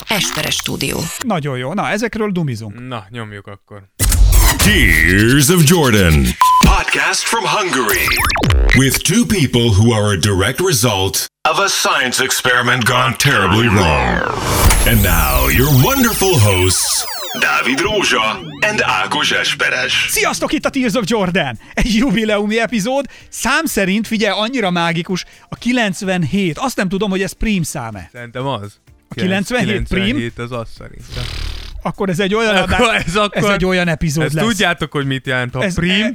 Esperes stúdió. Nagyon jó. Na, ezekről dumizunk. Na, nyomjuk akkor. Tears of Jordan. Podcast from Hungary. With two people who are a direct result of a science experiment gone terribly wrong. And now your wonderful hosts, Dávid Rózsa and Ákos Esperes. Sziasztok, itt a Tears of Jordan! Egy jubileumi epizód. Szám szerint, figyelj, annyira mágikus, a 97. Azt nem tudom, hogy ez prím szám-e. Szerintem az. A 97 prím? 97 az az szerintem. Akkor ez egy olyan ez egy olyan epizód ezt lesz. Tudjátok, hogy mit jelent a prím?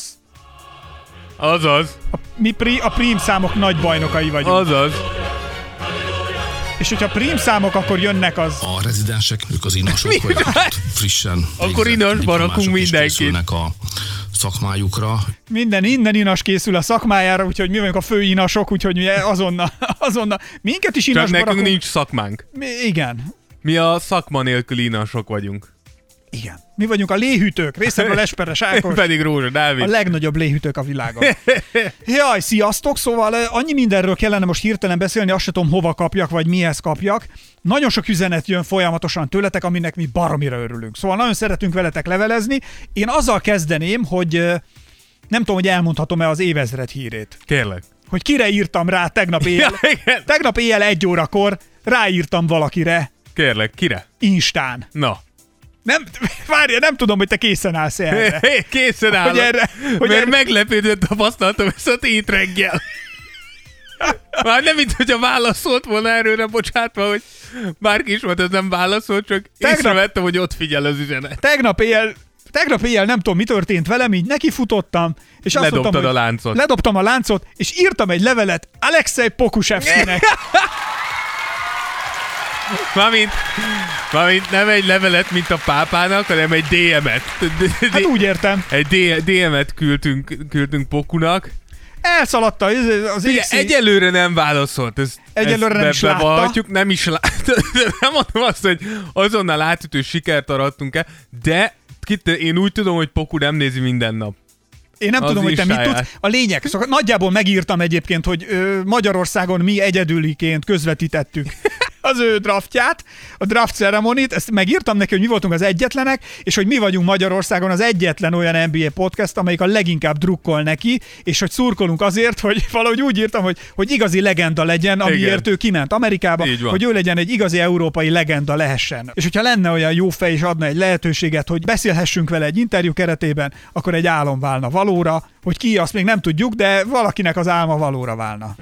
Azaz. A prím számok nagy bajnokai vagyunk. Azaz. És hogyha prím számok, akkor jönnek az... A rezidensek, ők az inasok, hogy frissen akkor inasban rakunk mindenkit. A szakmájukra. Minden inas készül a szakmájára, úgyhogy mi vagyunk a fő inasok, úgyhogy mi azonnal. Minket is inasba nekünk rakunk. Nincs szakmánk. Igen. Mi a szakma nélküli inasok vagyunk. Igen. Mi vagyunk a léhűtők, részemről Esperes Ákos. Pedig Rózsa Dávid. A legnagyobb léhűtők a világon. Jaj, sziasztok! Szóval annyi mindenről kellene most hirtelen beszélni, azt se tudom hova kapjak, vagy mihez kapjak. Nagyon sok üzenet jön folyamatosan tőletek, aminek mi baromira örülünk. Szóval nagyon szeretünk veletek levelezni. Én azzal kezdeném, hogy nem tudom, hogy elmondhatom-e az évezred hírét. Kérlek. Hogy kire írtam rá tegnap éjjel. Ja, tegnap éjjel 1 órakor ráírtam valakire. Kérlek, kire? Instán. Na. Várja, nem tudom, hogy te készen állsz erre. Készen állok. Mert meglepődött tapasztalatom ezt a tét reggel. Már nem mint, hogyha válaszolt volna erőre, bocsátva, hogy bárki is volt, ez nem válaszolt, csak észrevettem, hogy ott figyel az üzenet. Tegnap éjjel nem tudom, mi történt velem, így nekifutottam, és azt mondtam, hogy a láncot. Ledobtam a láncot, és írtam egy levelet Alexei Pokusevskinek. Mármint nem egy levelet, mint a pápának, hanem egy DM-et. Hát úgy értem. Egy DM-et küldtünk Pokunak. Elszaladt az égszín. Egyelőre nem válaszolt. Egyelőre nem is látta. Nem is látta. Nem mondom azt, hogy azonnal átütő sikert arattunk el, de én úgy tudom, hogy Poku nem nézi minden nap. Én nem tudom, hogy te mit tudsz. A lényeg, szóval nagyjából megírtam egyébként, hogy Magyarországon mi egyedüliként közvetítettük az ő draftját, a draft ceremonit, ezt megírtam neki, hogy mi voltunk az egyetlenek, és hogy mi vagyunk Magyarországon az egyetlen olyan NBA podcast, amelyik a leginkább drukkol neki, és hogy szurkolunk azért, hogy valahogy úgy írtam, hogy igazi legenda legyen, amiért ő kiment Amerikába, hogy ő legyen egy igazi európai legenda lehessen. És hogyha lenne olyan jó fej, és adna egy lehetőséget, hogy beszélhessünk vele egy interjú keretében, akkor egy álom válna valóra, hogy ki, azt még nem tudjuk, de valakinek az álma valóra válna.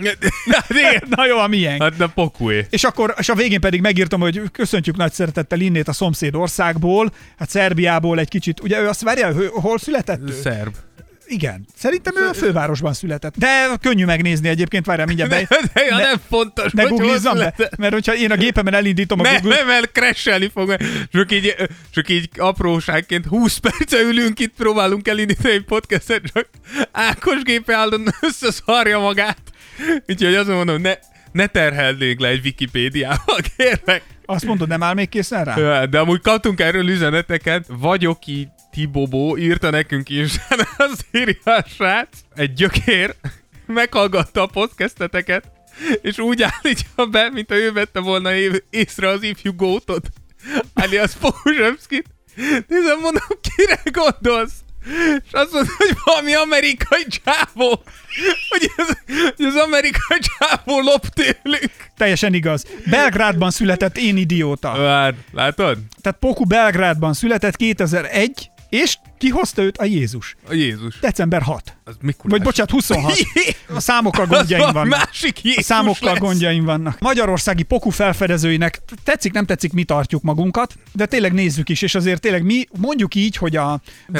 Na jó, a miénk. Hát de Pokué. És a végén pedig megírtam, hogy köszöntjük nagy szeretettel innét a szomszéd országból, hát Szerbiából egy kicsit, ugye ő azt várja, hol született? Szerb. Igen. Szerintem ő a fővárosban született. De könnyű megnézni egyébként, várjál mindjárt be. Nem fontos, ne googlizzam be, mert hogyha én a gépemen elindítom a Google... Nem, mert crashelni fog. Csak így apróságként 20 perce ülünk itt, próbálunk elindítani egy podcastet, csak Ákos gépe állandóan összeszarja magát. Úgyhogy azt mondom, ne terheldnék le egy Wikipédiával, kérlek. Azt mondod, nem áll még készen rá? De amúgy kaptunk erről üzeneteket. Vagyoki Tibobó írta nekünk is, az írja a srác, egy gyökér, meghallgatta a podcasteteket, és úgy állítja be, mint ha ő vette volna észre az ifjú gótot, alias Pokusevskit. Nézem, mondom, kire gondolsz? És azt mondta, hogy valami amerikai csávó, hogy az amerikai csávó lop tőlük. Teljesen igaz. Belgrádban született, én idióta. Hát, látod? Tehát Poku Belgrádban született 2001, és ki hozta őt? A Jézus. A Jézus. December 6. Az mikor? Vagy bocsánat, 26. A számokkal gondjaim vannak. Másik Jézus a számokkal lesz. Gondjaim vannak. Magyarországi Poku felfedezőinek tetszik, nem tetszik, mi tartjuk magunkat, de tényleg nézzük is, és azért tényleg mi mondjuk így, hogy a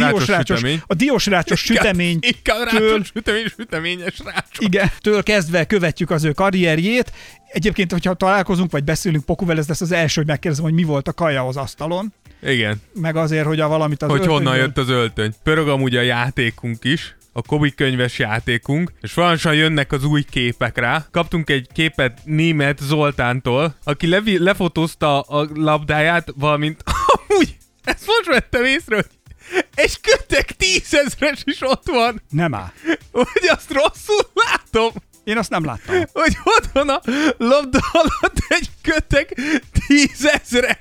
diósrácsos sütemény. Süteményes rácsos. Igen, től kezdve követjük az ő karrierjét. Egyébként, hogyha találkozunk, vagy beszélünk Pokuvel, ez lesz az első, hogy megkérdezem, hogy mi volt a kaja az asztalon. Igen. Meg azért, hogy valamit az hogy honnan jött az öltöny. Pörög amúgy a játékunk is, a Kobi könyves játékunk, és folyamatosan jönnek az új képek rá. Kaptunk egy képet Német Zoltántól, aki lefotózta a labdáját, valamint amúgy, ezt most vettem észre, hogy egy kötek 10 000-es is ott van. Nem áll. Hogy azt rosszul látom. Én azt nem láttam. Hogy ott van a labda alatt egy kötek 10 000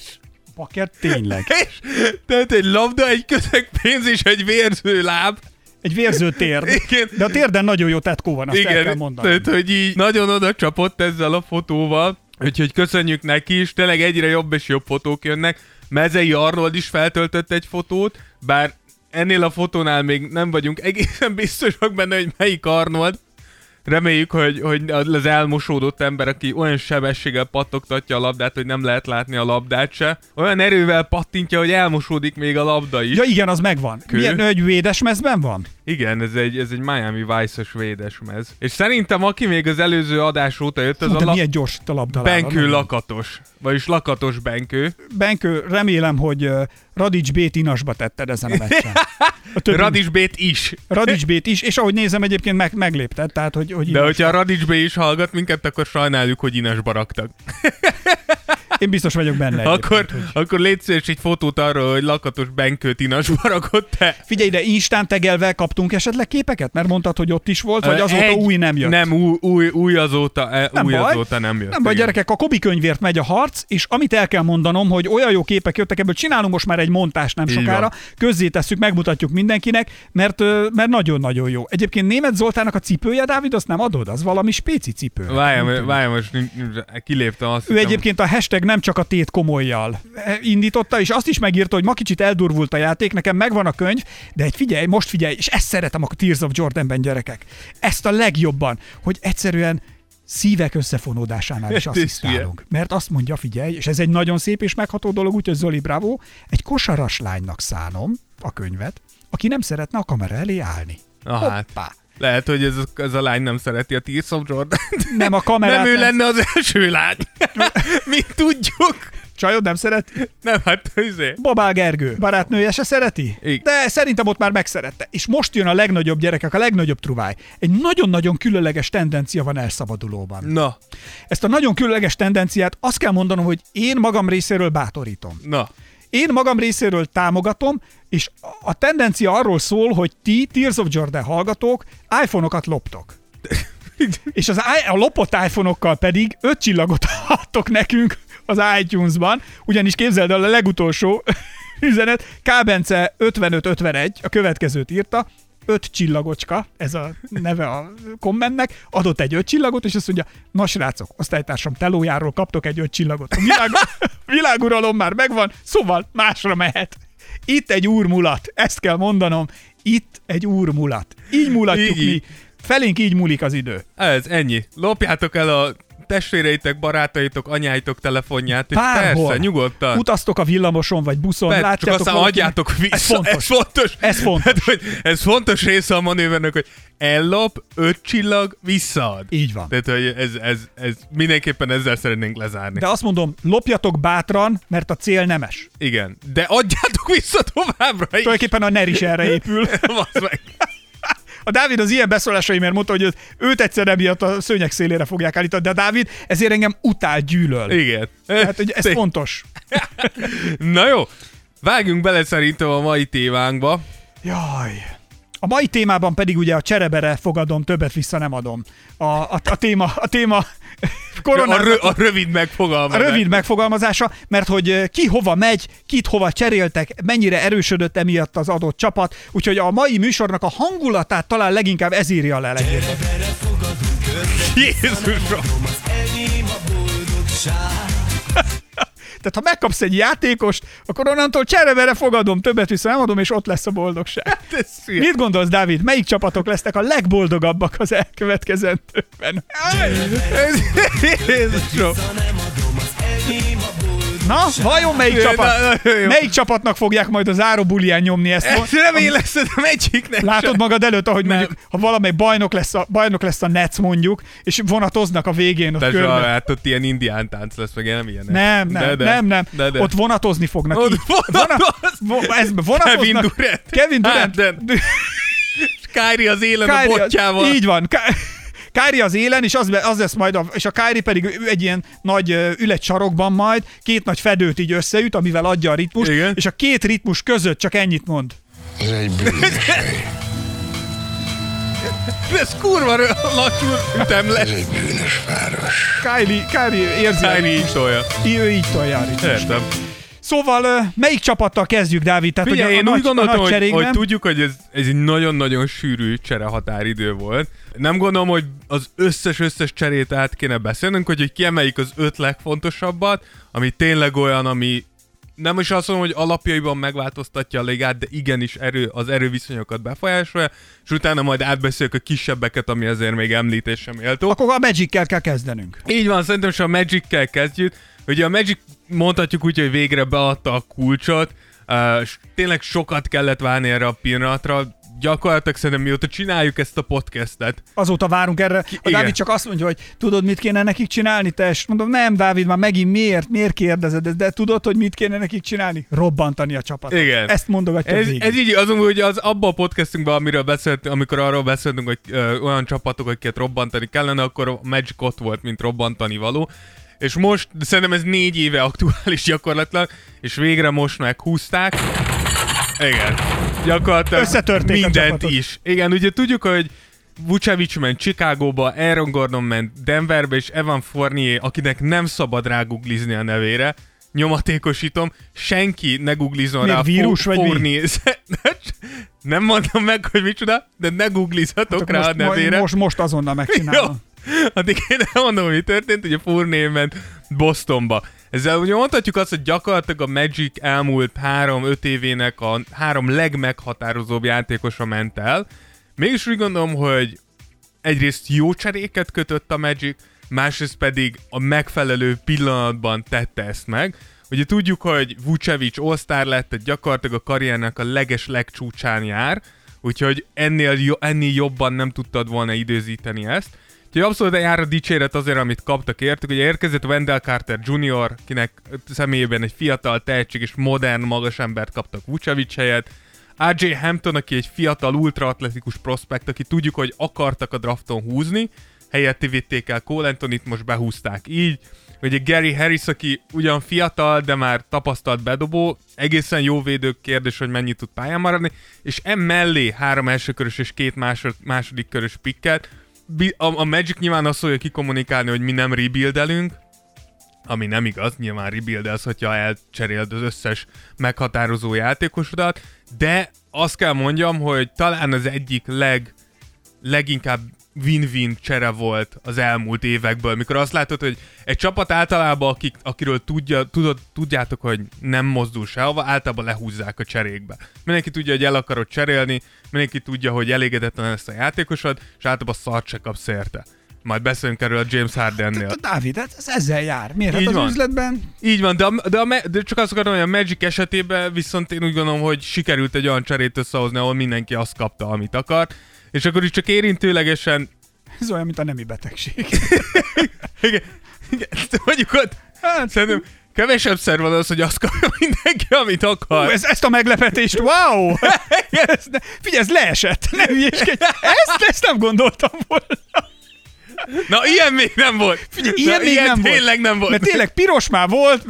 Tényleg. Tehát egy labda, egy közegpénz és egy vérző láb. Egy vérző térd. Igen. De a térden nagyon jó tetkó van, azt el kell mondani. Tehát, hogy így nagyon oda csapott ezzel a fotóval, úgyhogy köszönjük neki is, tényleg egyre jobb és jobb fotók jönnek. Mezei Arnold is feltöltött egy fotót, bár ennél a fotónál még nem vagyunk egészen biztosak benne, hogy melyik Arnold. Reméljük, hogy az elmosódott ember, aki olyan sebességgel pattogtatja a labdát, hogy nem lehet látni a labdát se. Olyan erővel pattintja, hogy elmosódik még a labda is. Ja igen, az megvan. Milyen egy védesmezben van? Igen, ez egy Miami Vice-os védesmez. És szerintem aki még az előző adás óta jött, az milyen gyors itt a labda. Benkő Lakatos. Vagyis Lakatos Benkő. Benkő, remélem, hogy Radics B-t inasba tetted ezen a meccsen. Radics B-t is. Radics B-t is, és ahogy nézem egyébként meglépted, tehát hogy de hogyha a Radics B is hallgat minket, akkor sajnáljuk, hogy inasba raktak. Én biztos vagyok benne. Akkor légy szíves egy fotót arról, hogy Lakatos Benkőt inasba rakott te. Figyelj, de Instán tegelvel kaptunk esetleg képeket? Mert mondtad, hogy ott is volt, vagy azóta új nem jött? Nem, új azóta nem jött. Nem baj, gyerekek, a Kobi könyvért megy a harc, és amit el kell mondanom, hogy olyan jó képek jöttek, ebből csinálunk most már egy montást nem sokára, közzétesszük, megmutatjuk mindenkinek, mert nagyon-nagyon jó. Egyébként Németh Zoltánnak a cipője, Dávid, azt nem adod? Az valami spéci cipő. Várjál, most kiléptem azt. Ő egyébként a hashtag nem csak a tét komolyjal indította, és azt is megírta, hogy ma kicsit eldurvult a játék, nekem megvan a könyv, de figyelj, és ezt szeretem a Tears of Jordanben, gyerekek. Ezt a legjobban, hogy egyszerűen szívek összefonódásánál is asszisztálunk. Mert azt mondja, figyelj, és ez egy nagyon szép és megható dolog, úgyhogy Zoli, bravo, egy kosaras lánynak szánom a könyvet, aki nem szeretne a kamera elé állni. Hát. Lehet, hogy ez a lány nem szereti a Tears of Jordan-t. Nem a kamerát. Nem ő lenne az első lány. Mi tudjuk. Csajod nem szereti? Nem, hát Babál Gergő barátnője se szereti? Igen. De szerintem ott már megszerette. És most jön a legnagyobb, gyerekek, a legnagyobb truváj. Egy nagyon-nagyon különleges tendencia van elszabadulóban. Na. Ezt a nagyon különleges tendenciát azt kell mondanom, hogy én magam részéről bátorítom. Na. Én magam részéről támogatom, és a tendencia arról szól, hogy ti, Tears of Jordan hallgatók, iPhone-okat loptok. És a lopott iPhone-okkal pedig 5 csillagot adtok nekünk az iTunes-ban, ugyanis képzeld el, a legutolsó üzenet, Kábence 5551 a következőt írta, 5 csillagocska, ez a neve a kommentnek, adott egy 5 csillagot, és azt mondja, na srácok, osztálytársam telójáról kaptok egy 5 csillagot. A világuralom már megvan, szóval másra mehet. Itt egy úrmulat, ezt kell mondanom, itt egy úrmulat. Így mulatjuk mi, felénk így múlik az idő. Ez ennyi. Lopjátok el a testvéreitek, barátaitok, anyáitok telefonját, és persze, nyugodtan. Utaztok a villamoson vagy buszon, látjátok. Csak aztán adjátok vissza. Ez fontos. Ez fontos. Ez fontos része a manővernek, hogy ellop, 5 csillag, visszaad. Így van. Tehát, hogy ez mindenképpen ezzel szeretnénk lezárni. De azt mondom, lopjatok bátran, mert a cél nemes. Igen. De adjátok vissza továbbra is. Tulajdonképpen a NER is erre épül. A Dávid az ilyen beszólásaimért mondta, hogy őt egyszer emiatt a szőnyeg szélére fogják állítani, de a Dávid ezért engem gyűlöl. Igen. Tehát, hogy ez fontos. Na jó, vágjunk bele szerintem a mai témánkba. Jaj. A mai témában pedig ugye a cserebere fogadom, többet vissza nem adom. A téma a rövid megfogalmazás. A rövid megfogalmazása, mert hogy ki hova megy, kit hova cseréltek, mennyire erősödött emiatt az adott csapat, úgyhogy a mai műsornak a hangulatát talán leginkább ez írja le legjobban. Jézusom! Tehát ha megkapsz egy játékost, akkor onnantól cserebere fogadom, többet vissza nem adom, és ott lesz a boldogság. Mit gondolsz, Dávid? Melyik csapatok lesznek a legboldogabbak az elkövetkezendőkben? Jézusom! Na, vajon melyik csapatnak fogják majd a záróbulián nyomni ezt? Reméleszed a Magicnek. Látod magad előtt, ahogy mondjuk, ha valamelyik bajnok lesz a Nets mondjuk, és vonatoznak a végén. Hát ott ilyen indián tánc lesz, meg nem ilyen. Nem. Ott vonatozni fognak. Kevin Durant. Kyrie az élen a botjával. Így van. Kyrie az élen, és az lesz majd, és a Kyrie pedig egy ilyen nagy ület sarokban majd, 2 nagy fedőt így összeüt, amivel adja a ritmust, igen. És a 2 ritmus között csak ennyit mond. Ez egy bűnös hely. Ez kurva lassú ütemles. Ez egy bűnös város. Kyrie érzi. Kyrie így tolja. Ő így tolja a ritmust. Értem. Szóval melyik csapattal kezdjük, Dávid? Tehát, Figyelj, ugye én úgy gondoltam, hogy tudjuk, hogy ez egy nagyon-nagyon sűrű cserehatáridő volt. Nem gondolom, hogy az összes cserét át kéne beszélnünk, hogy kiemeljük az 5 legfontosabbat, ami tényleg olyan, ami nem is azt mondom, hogy alapjaiban megváltoztatja a ligát, de igenis az erőviszonyokat befolyásolja, és utána majd átbeszéljük a kisebbeket, ami azért még említésem méltó. Akkor a Magic-kel kell kezdenünk. Így van, szerintem is a Magic-kel kezdjük. Ugye a Magic mondhatjuk úgy, hogy végre beadta a kulcsot, tényleg sokat kellett várni erre a pillanatra, gyakorlatilag szerintem mióta csináljuk ezt a podcastet. Azóta várunk erre. A Dávid csak azt mondja, hogy tudod, mit kéne nekik csinálni, te? Mondom, nem, Dávid, már megint miért kérdezed, de tudod, hogy mit kéne nekik csinálni? Robbantani a csapatot. Igen. Ezt mondogatja végig. Ez így, azon, hogy abban a podcastunkban, amikor arról beszéltünk, hogy olyan csapatok, akiket robbantani kellene, akkor a Magic ott volt, mint robbantani való. És most, szerintem ez 4 éve aktuális gyakorlatilag, és végre most meghúzták. Igen. Gyakorlatilag összetörték mindent is. Igen, ugye tudjuk, hogy Vucevic ment Chicagóba, Aaron Gordon ment Denverbe, és Evan Fournier, akinek nem szabad ráguglizni a nevére, nyomatékosítom, senki ne googlizon rá vírus Fournier. Nem mondom meg, hogy micsoda, de ne googlizhatok rá a nevére. Most azonnal megcsinálom. Addig én elmondom, hogy mi történt, hogy a Fournier ment Bostonba. Ezzel ugye mondhatjuk azt, hogy gyakorlatilag a Magic elmúlt 3-5 évének a 3 legmeghatározóbb játékosa ment el. Mégis úgy gondolom, hogy egyrészt jó cseréket kötött a Magic, másrészt pedig a megfelelő pillanatban tette ezt meg. Ugye tudjuk, hogy Vucevic All-Star lett, tehát gyakorlatilag a karriernek a legcsúcsán jár, úgyhogy ennél jobban nem tudtad volna időzíteni ezt. Úgyhogy abszolút jár a dicséret azért, amit kaptak értük. Ugye érkezett Wendell Carter Jr., kinek személyében egy fiatal tehetség és modern magasembert kaptak Vucevic helyett. R.J. Hampton, aki egy fiatal ultraatletikus prospekt, aki tudjuk, hogy akartak a drafton húzni, helyette vitték el Cole Anthonyt, most behúzták így. Ugye Gary Harris, aki ugyan fiatal, de már tapasztalt bedobó, egészen jó védő, kérdés, hogy mennyit tud pályán maradni, és emellé 3 elsőkörös és 2 második körös picket. A Magic nyilván azt szólja kikommunikálni, hogy mi nem rebuildelünk, ami nem igaz, nyilván rebuildelsz, hogyha elcseréld az összes meghatározó játékosodat, de azt kell mondjam, hogy talán az egyik leginkább win-win csere volt az elmúlt évekből, mikor azt látod, hogy egy csapat általában, akiről tudjátok, hogy nem mozdul sehova, általában lehúzzák a cserékbe. Mindenki tudja, hogy el akarod cserélni, mindenki tudja, hogy elégedetlen lesz a játékosod, és általában szart se kapsz érte. Majd beszélünk erről a James Hardennél. Dávid, ez ezzel jár. Miért? Hát az üzletben? Így van, de csak azt akarom, hogy a Magic esetében viszont én úgy gondolom, hogy sikerült egy olyan cserét összehozni, ahol mindenki azt kapta, amit akart. És akkor is csak érintőlegesen... Ez olyan, mint a nemi betegség. Igen. Mondjuk ott... Hát, szerintem kevesebbszer van az, hogy azt kapja mindenki, amit akar. Ezt a meglepetést, wow! Figyelj, ez leesett. Nem hülyéskedj. Ezt nem gondoltam volna. Na, ilyen még nem volt. Figyelj, ilyen tényleg nem volt. Mert tényleg piros már volt,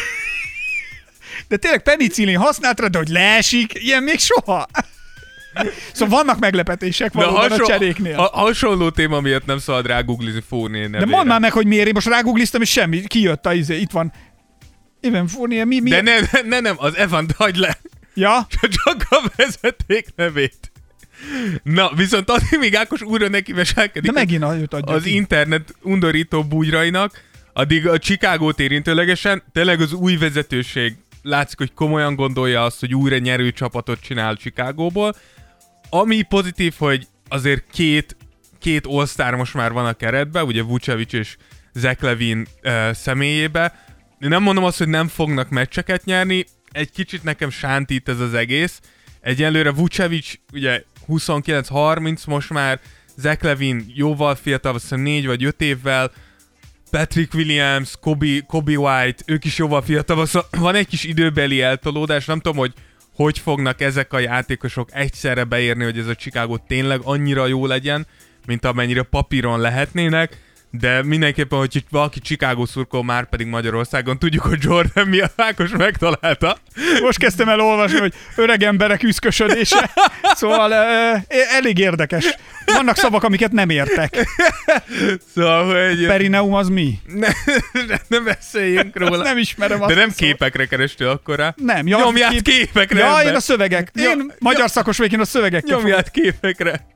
de tényleg penicillin használtra, de hogy leesik, ilyen még soha. Szóval vannak meglepetések valóban a cseréknél. A hasonló téma miatt nem szabad rágooglizni Fournier nevére. De mondd már meg, hogy miért. Én most rágoogliztam, és semmi. Kijött itt van. Evan Fournier, mi? De nem, az Evan, hagyd le. Ja? Csak a vezeték nevét. Na, viszont addig még Ákos újra neki veselkedik. De megint adja az internet undorító bújrainak, addig a Chicagót érintőlegesen, tényleg az új vezetőség látszik, hogy komolyan gondolja azt, hogy újra nyerő csapatot csinál Chicagóból. Ami pozitív, hogy azért két all-star most már van a keretben, ugye Vucevic és Zach LaVine személyébe. Én nem mondom azt, hogy nem fognak meccseket nyerni, egy kicsit nekem sántít ez az egész. Egyelőre Vucevic ugye 29-30 most már, Zach LaVine jóval fiatal, azt 4 vagy 5 évvel, Patrick Williams, Kobe White, ők is jóval fiatal, szóval van egy kis időbeli eltolódás, nem tudom, hogy fognak ezek a játékosok egyszerre beérni, hogy ez a Chicago tényleg annyira jó legyen, mint amennyire papíron lehetnének, De mindenképpen, hogy valaki Chicago szurkol, már pedig Magyarországon, tudjuk, hogy Jordan mi a Ákos megtalálta. Most kezdtem el olvasni, hogy öreg emberek üszkösödése. Szóval elég érdekes. Vannak szavak, amiket nem értek. Szóval, hogy... Perineum az mi? Nem beszéljünk róla. Nem ismerem azt. De nem képekre kerestél akkora. Nem. Nyomját képekre. Ja, ember. én a szövegek. Én magyar szakos vagyok, én a szövegek. Nyomját képekre.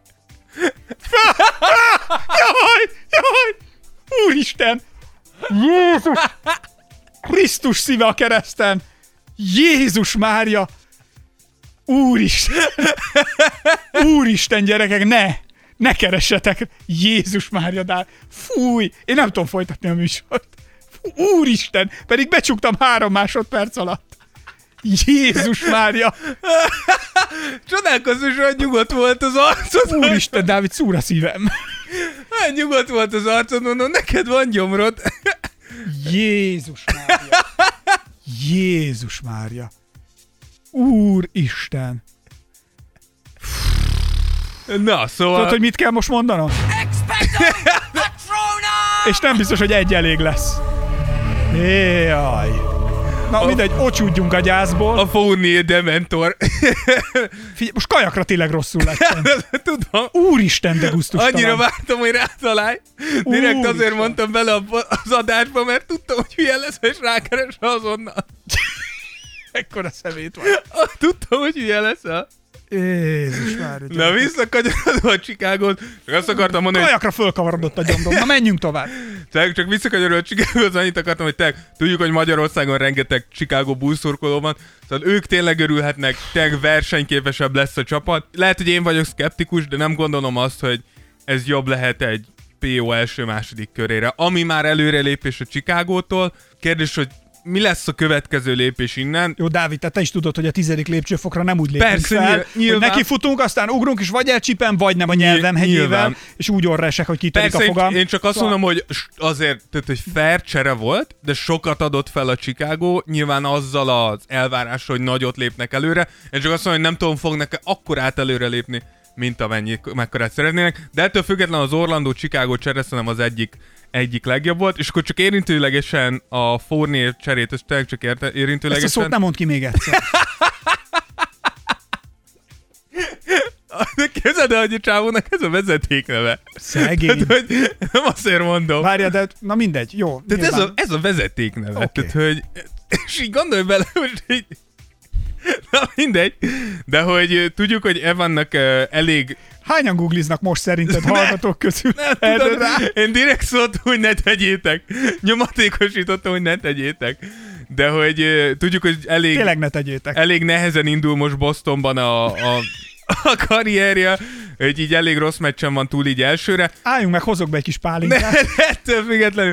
Jaj! Úristen! Jézus! Krisztus szíve a kereszten! Jézus Mária! Úristen! Úristen, gyerekek, ne keressetek! Jézus Mária, de fúj! Én nem tudom folytatni a műsort. Úristen! Pedig becsuktam 3 másodperc alatt. Jézus Mária! Csodálkozom, hogy nyugodt volt az arcod. Úristen, Dávid, szúr a szívem. Nyugodt volt az arcod, mondom, neked van gyomrod. Jézus Mária! Jézus Mária! Úristen! Na, szóval... Tudod, hogy mit kell most mondanom? És nem biztos, hogy egy elég lesz. Jaj! Na mindegy, ocsúdjunk a gyászból. A Fournier Dementor. Figyelj, most kajakra tényleg rosszul lettem. Tudom. Úristen, de gusztustalan. Annyira vártam, hogy rátalálj. Direkt azért mondtam bele az adásba, mert tudtam, hogy hülye lesz, és rákeres azonnal. Ekkora szemét van. Tudtam, hogy hülye lesz. Jézus Mária. Na, visszakanyarodva a Chicagót. Csak azt akartam mondani, kajakra fölkavarodott a gyomrom. Na, menjünk tovább. Csak visszakanyarodva a Chicagóhoz, annyit akartam, hogy tudjuk, hogy Magyarországon rengeteg Chicago Bulls szurkoló van, szóval ők tényleg örülhetnek, tényleg versenyképesebb lesz a csapat. Lehet, hogy én vagyok szkeptikus, de nem gondolom azt, hogy ez jobb lehet egy PO első-második körére. Ami már előrelépés a Chicagótól. Kérdés, hogy mi lesz a következő lépés innen? Jó, Dávid, te is tudod, hogy a 10. lépcsőfokra nem úgy lépünk fel, hogy neki futunk, aztán ugrunk, és vagy elcsípem, vagy nem a nyelvem hegyével, és úgy orra esek, hogy kitörik a fogam. Én csak azt mondom, hogy azért, tehát, hogy fair csere volt, de sokat adott fel a Chicago, nyilván azzal az elvárással, hogy nagyot lépnek előre. Én csak azt mondom, hogy nem tudom, fognak akkorát előre lépni, mint mekkorát szeretnének, de ettől függetlenül az Orlando-Chicago csere szerintem az egyik legjobb volt, és akkor csak érintőlegesen a Fournier cserét, ez tényleg csak érintőlegesen. Ezt a szót nem mondd ki még egyszer. Képzeld el, hogy a csávónak ez a vezetékneve. Szegény. Tehát, hogy nem azért mondom. Várja, de na mindegy, jó. Tehát ez a vezetékneve. Okay. Tehát, hogy, és így gondolj bele, hogy így, na mindegy, de hogy tudjuk, hogy Evannak elég... Hányan googliznak most szerinted hallgatók közül? Nem tudom, én direkt szóltam, hogy ne tegyétek. Nyomatékosítottam, hogy ne tegyétek. De hogy tudjuk, hogy tényleg ne tegyétek. Elég nehezen indul most Bostonban a karrierje, hogy így elég rossz meccsen van túl így elsőre. Álljunk meg, hozok be egy kis pálinkát. Ettől függetlenül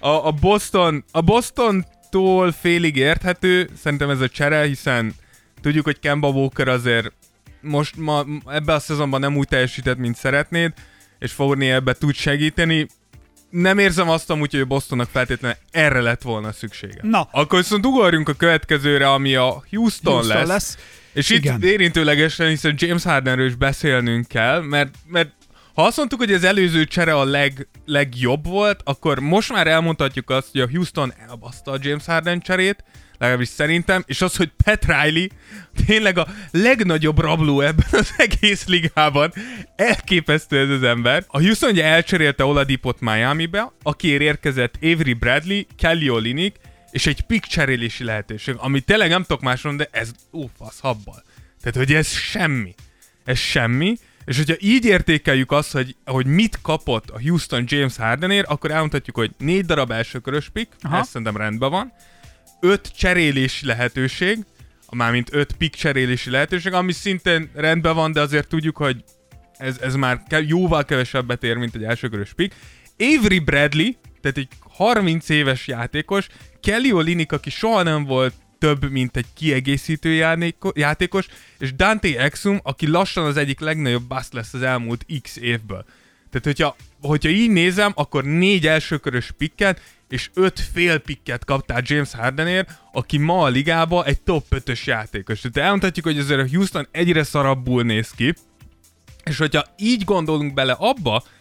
a Bostontól félig érthető, szerintem ez a csere, hiszen tudjuk, hogy Kemba Walker azért most ebben a szezonban nem úgy teljesített, mint szeretnéd, és Fournier ebbe tud segíteni. Nem érzem azt amúgy, hogy a Bostonnak feltétlenül erre lett volna szüksége. Na. Akkor viszont ugorjunk a következőre, ami a Houston lesz. És igen. Itt érintőlegesen, hiszen James Hardenről is beszélnünk kell, mert ha azt mondtuk, hogy az előző csere a legjobb volt, akkor most már elmondhatjuk azt, hogy a Houston elbaszta a James Harden cserét, legalábbis szerintem, és az, hogy Pat Riley tényleg a legnagyobb rabló ebben az egész ligában. Elképesztő ez az ember. A Houston ugye elcserélte Oladipot Miamibe, akiért érkezett Avery Bradley, Kelly Olynyk, és egy pick cserélési lehetőség, ami tényleg nem tudok más mondani, de ez fasz habbal. Tehát, hogy ez semmi. Ez semmi. És hogyha így értékeljük azt, hogy mit kapott a Houston James Hardenért, akkor elmondhatjuk, hogy 4 darab elsőkörös pick, ez szerintem rendben van, 5 cserélési lehetőség, mármint 5 pick cserélési lehetőség, ami szintén rendben van, de azért tudjuk, hogy ez már jóval kevesebbet ér, mint egy elsőkörös pick. Avery Bradley, tehát egy 30 éves játékos, Kelly Olynyk, aki soha nem volt több, mint egy kiegészítő játékos, és Dante Exum, aki lassan az egyik legnagyobb bust lesz az elmúlt X évből. Tehát, hogyha így nézem, akkor 4 elsőkörös picket, és 5 fél picket kaptál James Hardenért, aki ma a ligában egy top 5-ös játékos. Tehát elmondhatjuk, hogy azért a Houston egyre szarabbul néz ki, és hogyha így gondolunk bele abba,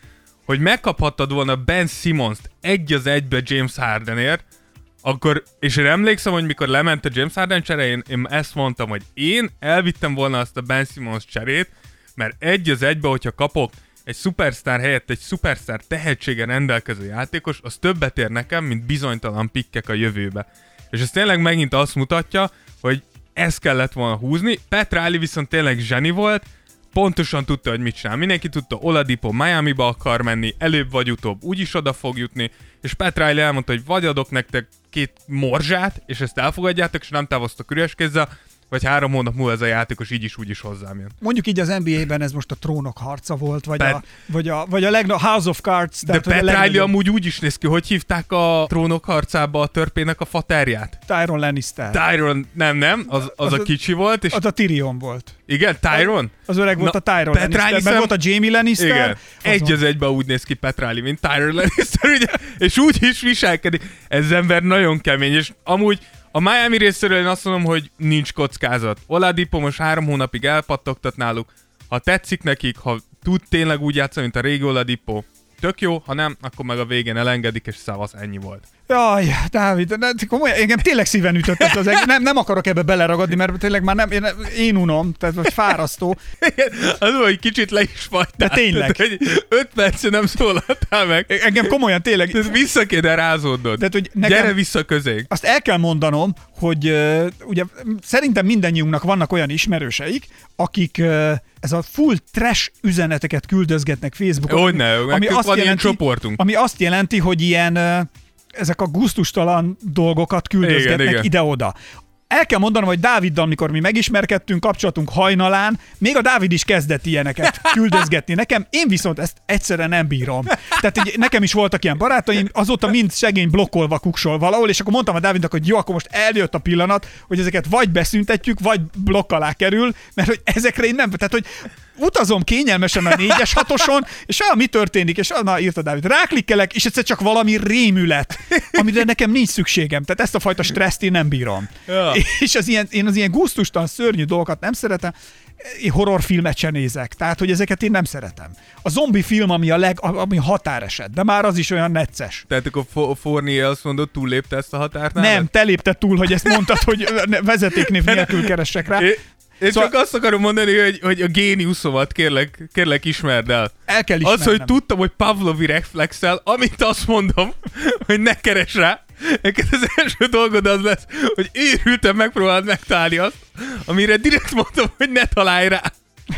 hogy megkaphattad volna Ben Simmons-t 1-1 James Hardenért, akkor, és én emlékszem, hogy mikor lement a James Harden csere, én ezt mondtam, hogy én elvittem volna azt a Ben Simmons cserét, mert 1-1, hogyha kapok egy szupersztár helyett egy szupersztár tehetségen rendelkező játékos, az többet ér nekem, mint bizonytalan pikkek a jövőbe. És ez tényleg megint azt mutatja, hogy ezt kellett volna húzni. Pat Riley viszont tényleg zseni volt, pontosan tudta, hogy mit csinál. Mindenki tudta, Oladipo Miamiba akar menni, előbb vagy utóbb úgyis oda fog jutni, és Pat Riley elmondta, hogy vagy adok nektek 2 morzsát, és ezt elfogadjátok, és nem távoztok üres kézzel, vagy 3 hónap múlva ez a játékos így is úgyis hozzám jön. Mondjuk így az NBA-ben ez most a trónok harca volt, vagy a House of Cards. De Pat Riley amúgy úgy is néz ki, hogy hívták a trónok harcába a törpének a faterját? Tyron Lannister. Tyron, nem, az a kicsi volt. És az a Tyrion volt. Igen, Tyron? Az öreg volt a Tyron Lannister, meg volt a Jamie Lannister. Igen, 1-1-ben úgy néz ki Pat Riley, mint Tyron Lannister, ugye? És úgy is viselkedik. Ez ember nagyon kemény, és amúgy a Miami részéről én azt mondom, hogy nincs kockázat. Oladipo most 3 hónapig elpattogtat náluk. Ha tetszik nekik, ha tud tényleg úgy játszani, mint a régi Oladipo, tök jó, ha nem, akkor meg a végén elengedik, és szavasz, ennyi volt. Jaj, Dávid, komolyan, engem tényleg szíven ütött ez az egész. Nem akarok ebbe beleragadni, mert tényleg már nem, én unom, tehát vagy fárasztó. Az hogy kicsit le is fagytál. De tényleg. Tehát, 5 percen nem szólaltál meg. Engem komolyan tényleg. Tehát vissza kéne rázódnod. Tehát, hogy gyere vissza közénk. Azt el kell mondanom, hogy ugye szerintem mindannyiunknak vannak olyan ismerőseik, akik ez a full trash üzeneteket küldözgetnek Facebookon. Hogyne, van ilyen csoportunk. Ami azt jelenti, hogy ilyen ezek a gusztustalan dolgokat küldözgetnek igen. ide-oda. El kell mondanom, hogy Dáviddal, amikor mi megismerkedtünk, kapcsolatunk hajnalán, még a Dávid is kezdett ilyeneket küldözgetni nekem, én viszont ezt egyszerűen nem bírom. Tehát nekem is voltak ilyen barátaim, azóta mind szegény blokkolva kuksol valahol, és akkor mondtam a Dávidnak, hogy jó, akkor most eljött a pillanat, hogy ezeket vagy beszüntetjük, vagy blokk alá kerül, mert hogy ezekre én nem, tehát hogy utazom kényelmesen a 4-es 6-oson, és mi történik, és írta Dávid, ráklikkelek, és egyszer csak valami rémület, amire nekem nincs szükségem. Tehát ezt a fajta stresszt én nem bírom. Ja. És én az ilyen gusztustalan, szörnyű dolgokat nem szeretem, én horrorfilmet sem nézek, tehát hogy ezeket én nem szeretem. A zombi film, ami határeset, de már az is olyan necces. Tehát akkor Fournier azt mondod, túllépte ezt a határt? Nem, te lépted túl, hogy ezt mondtad, hogy vezetéknév nélkül keressek rá. Én csak azt akarom mondani, hogy a géniuszomat kérlek ismerd el. El kell ismernem. Az, hogy tudtam, hogy Pavlovi reflexel, amit azt mondom, hogy ne keres rá, neked az első dolgod az lesz, hogy őrülten megpróbálod megtalálni azt, amire direkt mondtam, hogy ne találj rá.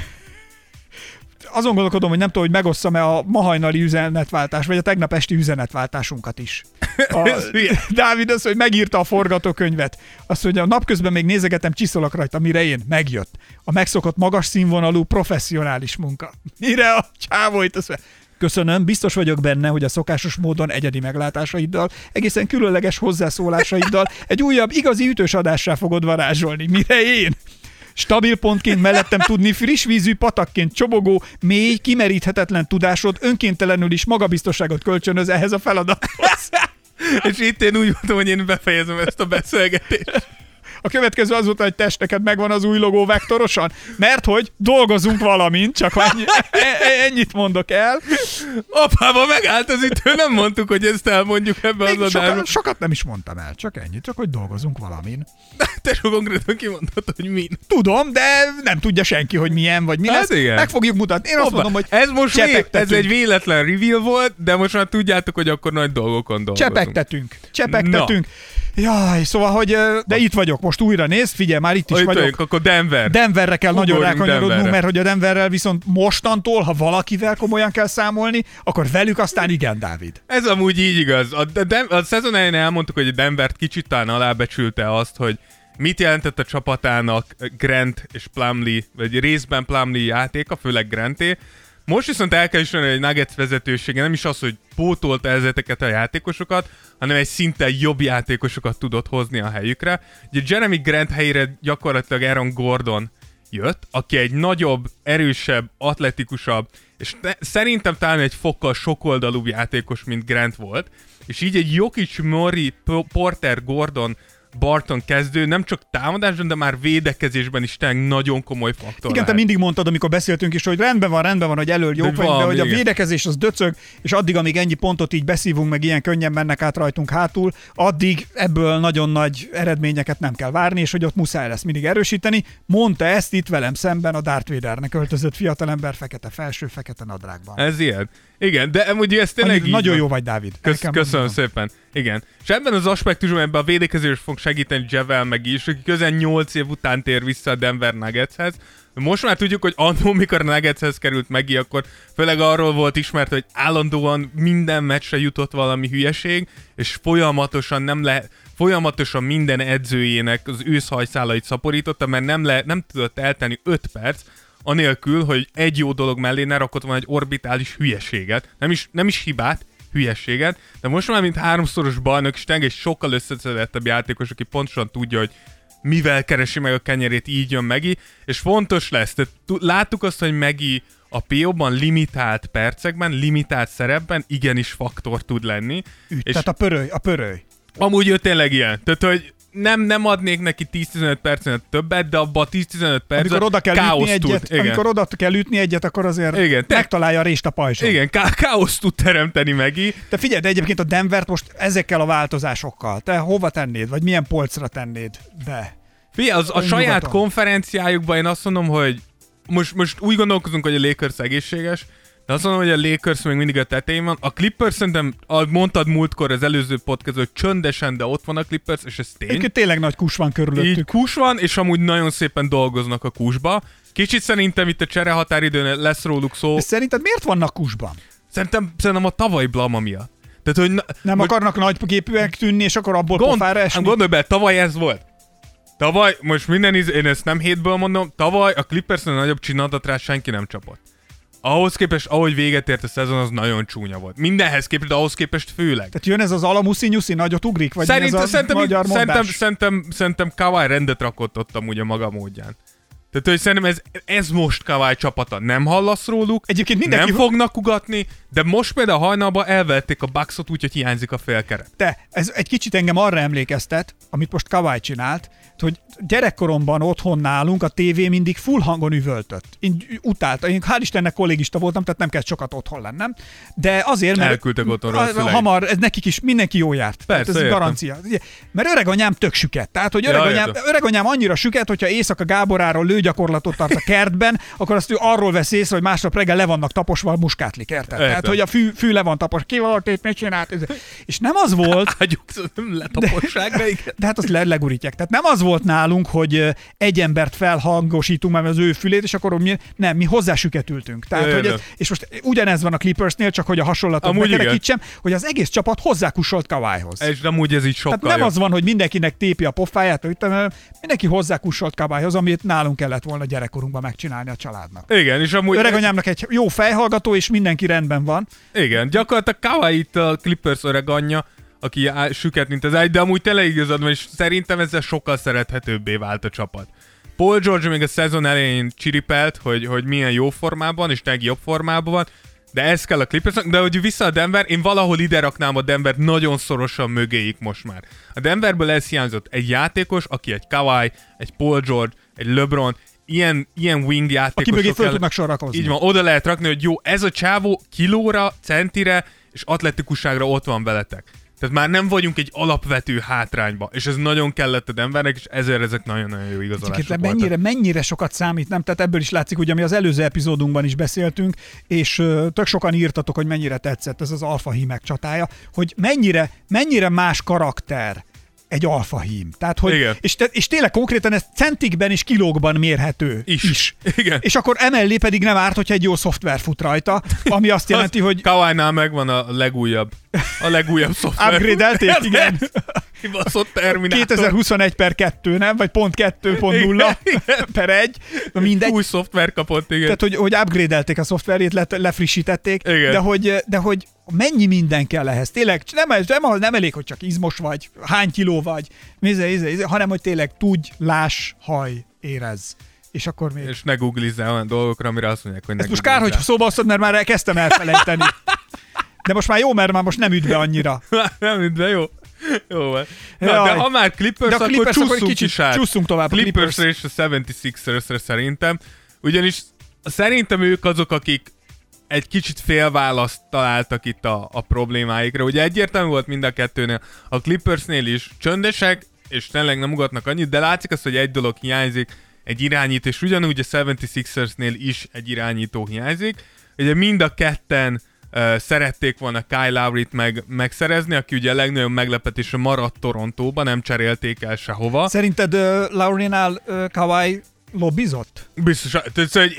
Azon gondolkodom, hogy nem tudom, hogy megosszam-e a ma hajnali üzenetváltás, vagy a tegnap esti üzenetváltásunkat is. Dávid az, hogy megírta a forgatókönyvet. Azt, hogy a napközben még nézegetem, csiszolok rajta, mire én megjött. A megszokott magas színvonalú professzionális munka. Mire a csávó itt azt mondja, köszönöm, biztos vagyok benne, hogy a szokásos módon egyedi meglátásaiddal, egészen különleges hozzászólásaiddal egy újabb igazi ütős adássá fogod varázsolni. Mire én? Stabil pontként mellettem tudni, friss vízű patakként csobogó, mély, kimeríthetetlen tudásod önkéntelenül is magabiztosságot kölcsönöz ehhez a feladathoz. És itt én úgy mondom, hogy én befejezem ezt a beszélgetést. A következő az volt, hogy neked megvan az új logó vektorosan, mert hogy dolgozunk valamint, csak ennyit mondok el. Apába megállt az ütő, nem mondtuk, hogy ezt elmondjuk ebbe az adásba. Sokat nem is mondtam el, csak ennyit, csak hogy dolgozunk valamin. Te so konkrétan kimondtad, hogy min. Tudom, de nem tudja senki, hogy milyen vagy mi lesz. Meg fogjuk mutatni. Én azt mondom, hogy ez most ez egy véletlen reveal volt, de most már tudjátok, hogy akkor nagy dolgokon dolgozunk. Csepegtetünk. Jaj, szóval, hogy de itt vagyok, most újra nézd, figyelj, már itt is vagyok. Akkor Denver. Denverre kell nagyon rákanyarodnunk, mert hogy a Denverrel viszont mostantól, ha valakivel komolyan kell számolni, akkor velük aztán igen, Dávid. Ez amúgy így igaz. A szezon elején elmondtuk, hogy a Denvert kicsit talán alábecsülte azt, hogy mit jelentett a csapatának Grant és Plumlee, vagy részben Plumlee játéka, főleg Granté. Most viszont el kell ismerni, hogy Nuggets vezetősége nem is az, hogy pótolta ezeket a játékosokat, hanem egy szinten jobb játékosokat tudott hozni a helyükre. Ugye Jeremy Grant helyére gyakorlatilag Aaron Gordon jött, aki egy nagyobb, erősebb, atletikusabb, és szerintem talán egy fokkal sokoldalúbb játékos, mint Grant volt, és így egy Jokic, Murray, Porter, Gordon Barton kezdő nem csak támadásban, de már védekezésben is tényleg nagyon komoly faktor Igen, lehet. te mindig mondtad, amikor beszéltünk is, hogy rendben van, hogy elől jó vagy, de hogy a védekezés az döcög, és addig, amíg ennyi pontot így beszívunk, meg ilyen könnyen mennek át rajtunk hátul, addig ebből nagyon nagy eredményeket nem kell várni, és hogy ott muszáj lesz mindig erősíteni. Mondta ezt itt velem szemben a Darth Vadernek öltözött fiatalember fekete felső, fekete nadrágban. Ez ilyen. Igen, de ugye ez tényleg így nagyon van. jó vagy, Dávid. Köszönöm szépen. Igen. És ebben az aspektusban, ebben a védekezés fog segíteni Javel meg is, aki közel 8 év után tér vissza a Denver Nuggetshez. Most már tudjuk, hogy annól, mikor a Nuggetshez került Megi, akkor főleg arról volt ismert, hogy állandóan minden meccsre jutott valami hülyeség, és folyamatosan minden edzőjének az őszhajszálait szaporította, mert nem tudott eltenni 5 perc, anélkül, hogy egy jó dolog mellé ne rakott volna egy orbitális hülyeséget, nem is hibát, hülyességet, de most már mint 3-szoros bajnok, és tényleg egy sokkal összeszedettebb játékos, aki pontosan tudja, hogy mivel keresi meg a kenyerét, így jön Megi, és fontos lesz. Tehát láttuk azt, hogy Megi a PO-ban limitált percekben, limitált szerepben igenis faktor tud lenni. Tehát a pöröly. Amúgy ő tényleg ilyen. Tehát, hogy nem adnék neki 10-15 percen többet, de abban a 10-15 percben káoszt tud. Amikor oda kell ütni egyet, akkor azért megtalálja a rést a pajzson. Igen, káoszt tud teremteni Megi. Te figyeld, egyébként a Denvert most ezekkel a változásokkal, te hova tennéd, vagy milyen polcra tennéd be? Figyelj, a saját konferenciájukban én azt mondom, hogy most úgy gondolkozunk, hogy a Lakers egészséges, de azt mondom, hogy a Lakers még mindig a tetején van. A Clippers szerintem, mondtad múltkor az előző podcast, hogy csöndesen, de ott van a Clippers, és ez tény. Egyébként tényleg nagy kus van körülöttük. Így kus van, és amúgy nagyon szépen dolgoznak a kusba. Kicsit szerintem itt a cserehatáridőn lesz róluk szó. De szerinted miért vannak kusban? Szerintem a tavalyi blama miatt. Tehát, hogy nem akarnak nagyképűek tűnni, és akkor abból pofára esni? Gondolj be, tavaly ez volt. Tavaly, most én ezt nem hétből mondom, tavaly a Clippersnél nagyobb csináltat rá senki nem csapott. Ahhoz képest, ahogy véget ért a szezon, az nagyon csúnya volt. Mindenhez képest, de ahhoz képest főleg. Tehát jön ez az alamuszi-nyuszi nagyot ugrik? Vagy Szerintem Kawhi rendet rakott ott amúgy a maga módján. Tehát, hogy szerintem ez most Kawhi csapata. Nem hallasz róluk, egyébként nem fognak ugatni, de most például hajnalban elvették a Bucksot, úgyhogy hiányzik a félkeret. Ez egy kicsit engem arra emlékeztet, amit most Kawhi csinált, hogy gyerekkoromban otthon nálunk a tévé mindig full hangon üvöltött. Én utáltam. Én hál' Istennek kollégista voltam, tehát nem kellett sokat otthon lennem. De azért, mert elküldtek otthonra hamar, ez nekik is mindenki jó járt. Persze, ez garancia. Mert öreganyám tök süket. Tehát, hogy öreganyám annyira süket, hogyha éjszaka Gáboráról lőgyakorlatot tart a kertben, akkor azt ő arról vesz észre, hogy másnap reggel le vannak taposva a muskátlik, érted? Tehát, hogy a fű le van tapos. Ki volt itt, mit csinált? És nem az volt... nem letaposság, de hát azt legurítják. Tehát nem az volt nálunk, hogy egy embert felhangosítunk már az ő fülét, és akkor mi hozzá süketültünk. Tehát, és most ugyanez van a Clippersnél, csak hogy a hasonlatot megkerekítsem, hogy az egész csapat hozzákussolt Kawhihoz. És amúgy ez így sokkal Tehát nem az van, hogy mindenkinek tépi a pofáját, mindenki hozzákussolt Kawhihoz, amit nálunk kellett volna gyerekkorunkban megcsinálni a családnak. Igen, és amúgy... Öreganyámnak egy jó fejhallgató, és mindenki rendben van. Igen, gyakorlatilag Kawhi itt a Clippers öreganyja, aki süket, mint az ágy, de amúgy tényleg igazad van, és szerintem ezzel sokkal szerethetőbbé vált a csapat. Paul George még a szezon elején csiripelt, hogy milyen jó formában, és tényleg jobb formában van, de ez kell a Clippersnek, de hogy vissza a Denver, én valahol ide raknám a Denvert nagyon szorosan mögéig most már. A Denverből ez hiányzott egy játékos, aki egy Kawhi, egy Paul George, egy LeBron, ilyen wing játékosok. Aki mögé föl tudnak sorakozni. Így van, oda lehet rakni, hogy jó, ez a csávó kilóra, centire és atletikusságra ott van veletek. Tehát már nem vagyunk egy alapvető hátrányba, és ez nagyon kellett a Denvernek, és ezért ezek nagyon-nagyon jó igazolások voltak. Mennyire sokat számít, nem? Tehát ebből is látszik, hogy ami az előző epizódunkban is beszéltünk, és tök sokan írtatok, hogy mennyire tetszett ez az alfa hímek csatája, hogy mennyire más karakter egy alfa hím. Tehát, hogy, és tényleg konkrétan ez centikben és kilókban mérhető is. Igen. És akkor emellé pedig nem árt, hogyha egy jó szoftver fut rajta, ami azt jelenti, hogy... Kawhi-nál megvan a legújabb szoftver. Upgrade-elték, igen. Kibaszott Terminátor. 2021/2, nem? Vagy pont 2.0/1. Mindegy. Új szoftver kapott, igen. Tehát, hogy upgrade-elték a szoftverét, lefrissítették, de hogy mennyi minden kell ehhez. Tényleg nem elég, hogy csak izmos vagy, hány kiló vagy, hanem hogy tényleg tudj, láss, haj, érezz. És akkor még... És ne googlizzál olyan dolgokra, amire azt mondják, hogy ne most kár, hogy szóba hoztad, mert már kezdtem elfelejteni. De most már jó, mert már most nem üt be annyira. Nem üt be, jó. Jó van. Na, de ha már Clippers, akkor csúszunk is át. Csúszunk tovább Clippersre és a 76ersre szerintem. Ugyanis szerintem ők azok, akik egy kicsit félválaszt találtak itt a problémáikra. Ugye egyértelmű volt mind a kettőnél. A Clippersnél is csöndesek, és tényleg nem ugatnak annyit, de látszik azt, hogy egy dolog hiányzik, egy irányító, és ugyanúgy a 76ersnél is egy irányító hiányzik. Ugye mind a ketten szerették volna Kyle Lowryt megszerezni, aki ugye a legnagyobb meglepetésre maradt Torontóban, nem cserélték el sehova. Szerinted Lowrynál Kawhi lobbizott? Biztos. Tehát,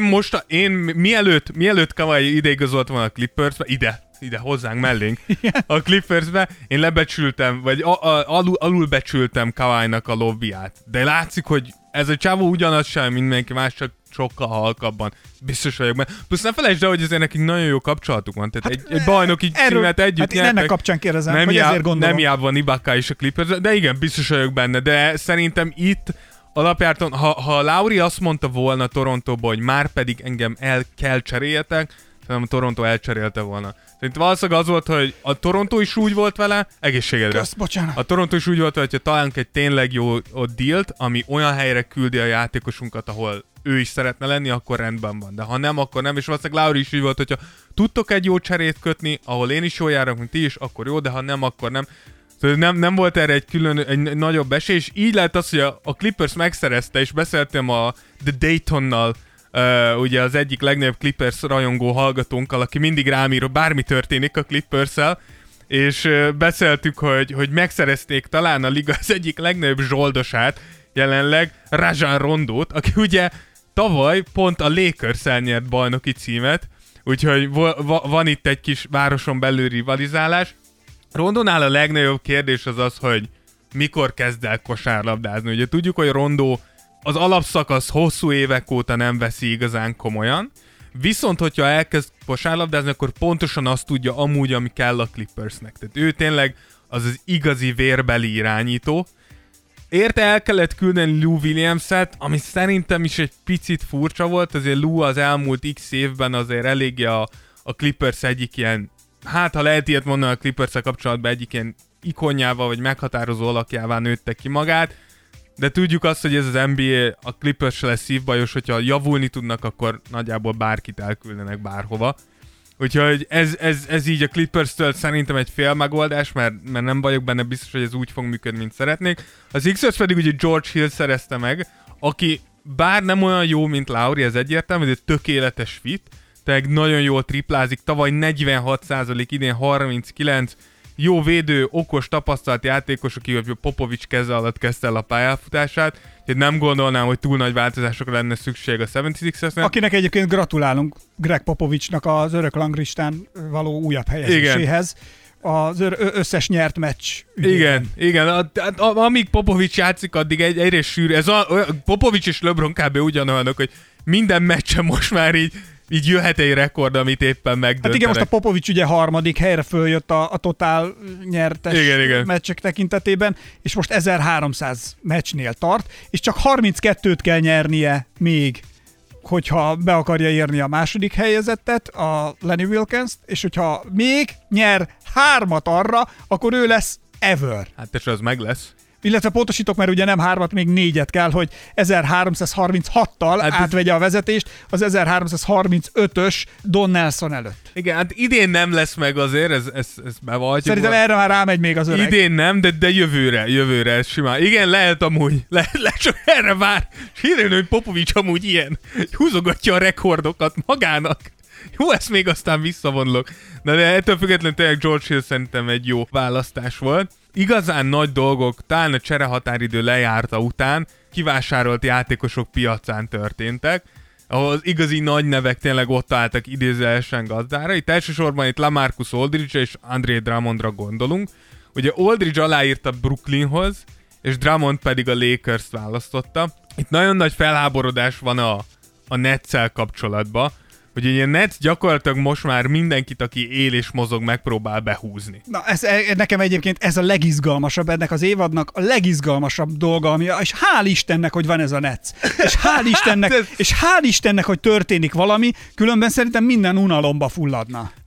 én mielőtt Kawhi ideigazolt volna a Clippersbe, ide hozzánk mellénk, a Clippersbe, én lebecsültem, vagy alulbecsültem Kawhi-nak a lobbyát. De látszik, hogy ez a csávó ugyanaz sem, mint mindenki más, csak sokkal halkabban. Biztos vagyok benne. Plusz ne felejtsd el, hogy azért nekik nagyon jó kapcsolatuk van. Tehát egy bajnoki címet együtt nyertek. Ennek kapcsán kérdezem, hogy ezért gondolom. Nem hiába van Ibaka is a Clippers, de igen, biztos vagyok benne. De szerintem itt alapjártan, ha Lowry azt mondta volna Torontóban, hogy már pedig engem el kell cseréljetek, szerintem a Toronto elcserélte volna. Szerintem valószínűleg az volt, hogy a Toronto is úgy volt vele, egészségedre. Bocsánat. A Toronto is úgy volt, hogy találunk egy tényleg jó dealt, ami olyan helyre küldi a játékosunkat, ahol ő is szeretne lenni, akkor rendben van. De ha nem, akkor nem. És valószínűleg Lowry is úgy volt, hogyha tudtok egy jó cserét kötni, ahol én is jól járok, mint ti is, akkor jó, de ha nem, akkor nem. Szóval nem volt erre egy nagyobb esély, és így lehet az, hogy a Clippers megszerezte, és beszéltem a The Daytonnal, ugye az egyik legnagyobb Clippers rajongó hallgatónkkal, aki mindig rám ír, bármi történik a Clippers-szel, és beszéltük, hogy megszerezték talán a liga az egyik legnagyobb zsoldosát jelenleg, Rajon Rondót, aki ugye tavaly pont a Lakers-el nyert bajnoki címet, úgyhogy van itt egy kis városon belül rivalizálás. Rondónál a legnagyobb kérdés az, hogy mikor kezd el kosárlabdázni. Ugye tudjuk, hogy Rondó az alapszakasz hosszú évek óta nem veszi igazán komolyan, viszont hogyha elkezd kosárlabdázni, akkor pontosan azt tudja amúgy, ami kell a Clippersnek. Tehát ő tényleg az igazi vérbeli irányító. Érte el kellett küldeni Lou Williams-et, ami szerintem is egy picit furcsa volt, azért Lou az elmúlt x évben azért eléggé a Clippers egyik ilyen, hát ha lehet ilyet mondani a Clippers-szel kapcsolatban, egyik ilyen ikonjával vagy meghatározó alakjává nőtte ki magát, de tudjuk azt, hogy ez az NBA a Clippers-se lesz szívbajos, hogyha javulni tudnak, akkor nagyjából bárkit elküldenek bárhova. Úgyhogy ez így a Clippers-től szerintem egy fél megoldás, mert nem vagyok benne biztos, hogy ez úgy fog működni, mint szeretnék. Az Xers pedig ugye George Hill szerezte meg, aki bár nem olyan jó, mint Lowry, ez egyértelmű, de tökéletes fit, tehát nagyon jól triplázik, tavaly 46%, idén 39%, jó védő, okos, tapasztalt játékos, aki Popovics keze alatt kezdte el a pályafutását, úgyhogy nem gondolnám, hogy túl nagy változásokra lenne szükség a 76ersnél. Akinek egyébként gratulálunk Greg Popovicsnak az örök ranglistán való újabb helyezéséhez. Az összes nyert meccs ügyében. Igen. Amíg Popovics játszik, addig egyre sűrű. Popovics és LeBron kb. Ugyanolyanok, hogy minden meccsen most már így jöhet egy rekord, amit éppen megdöntenek. Hát igen, most a Popovics ugye harmadik helyre följött a totál nyertes meccsek tekintetében, és most 1300 meccsnél tart, és csak 32-t kell nyernie még, hogyha be akarja érni a második helyezettet, a Lenny Wilkens-t, és hogyha még nyer 3 arra, akkor ő lesz ever. Hát és az meg lesz. Illetve pontosítok, mert ugye nem 3, még 4 kell, hogy 1336-tal átvegye a vezetést az 1335-ös Don Nelson előtt. Igen, hát idén nem lesz meg azért, ez bevallhatjuk. Szerintem erre már rámegy még az öreg. Idén nem, de jövőre ez simán. Igen, lehet amúgy, lehet csak erre vár. És hírni, hogy Popovics amúgy ilyen, húzogatja a rekordokat magának. Jó, ezt még aztán visszavonlok. De ettől függetlenül tényleg George Hill szerintem egy jó választás volt. Igazán nagy dolgok talán a cserehatáridő lejárta után kivásárolt játékosok piacán történtek, ahol az igazi nagy nevek tényleg ott álltak idézőjelesen gazdára. Itt elsősorban itt LaMarcus Aldridge és Andre Drummondra gondolunk. Ugye Aldridge aláírta Brooklynhoz, és Drummond pedig a Lakers-t választotta. Itt nagyon nagy felháborodás van a Netszel kapcsolatban, hogy ilyen Nets gyakorlatilag most már mindenkit, aki él és mozog, megpróbál behúzni. Na, nekem egyébként ez a legizgalmasabb, ennek az évadnak a legizgalmasabb dolga, és hál' Istennek, hogy van ez a Nets. És hál' Istennek, hogy történik valami, különben szerintem minden unalomba fulladna.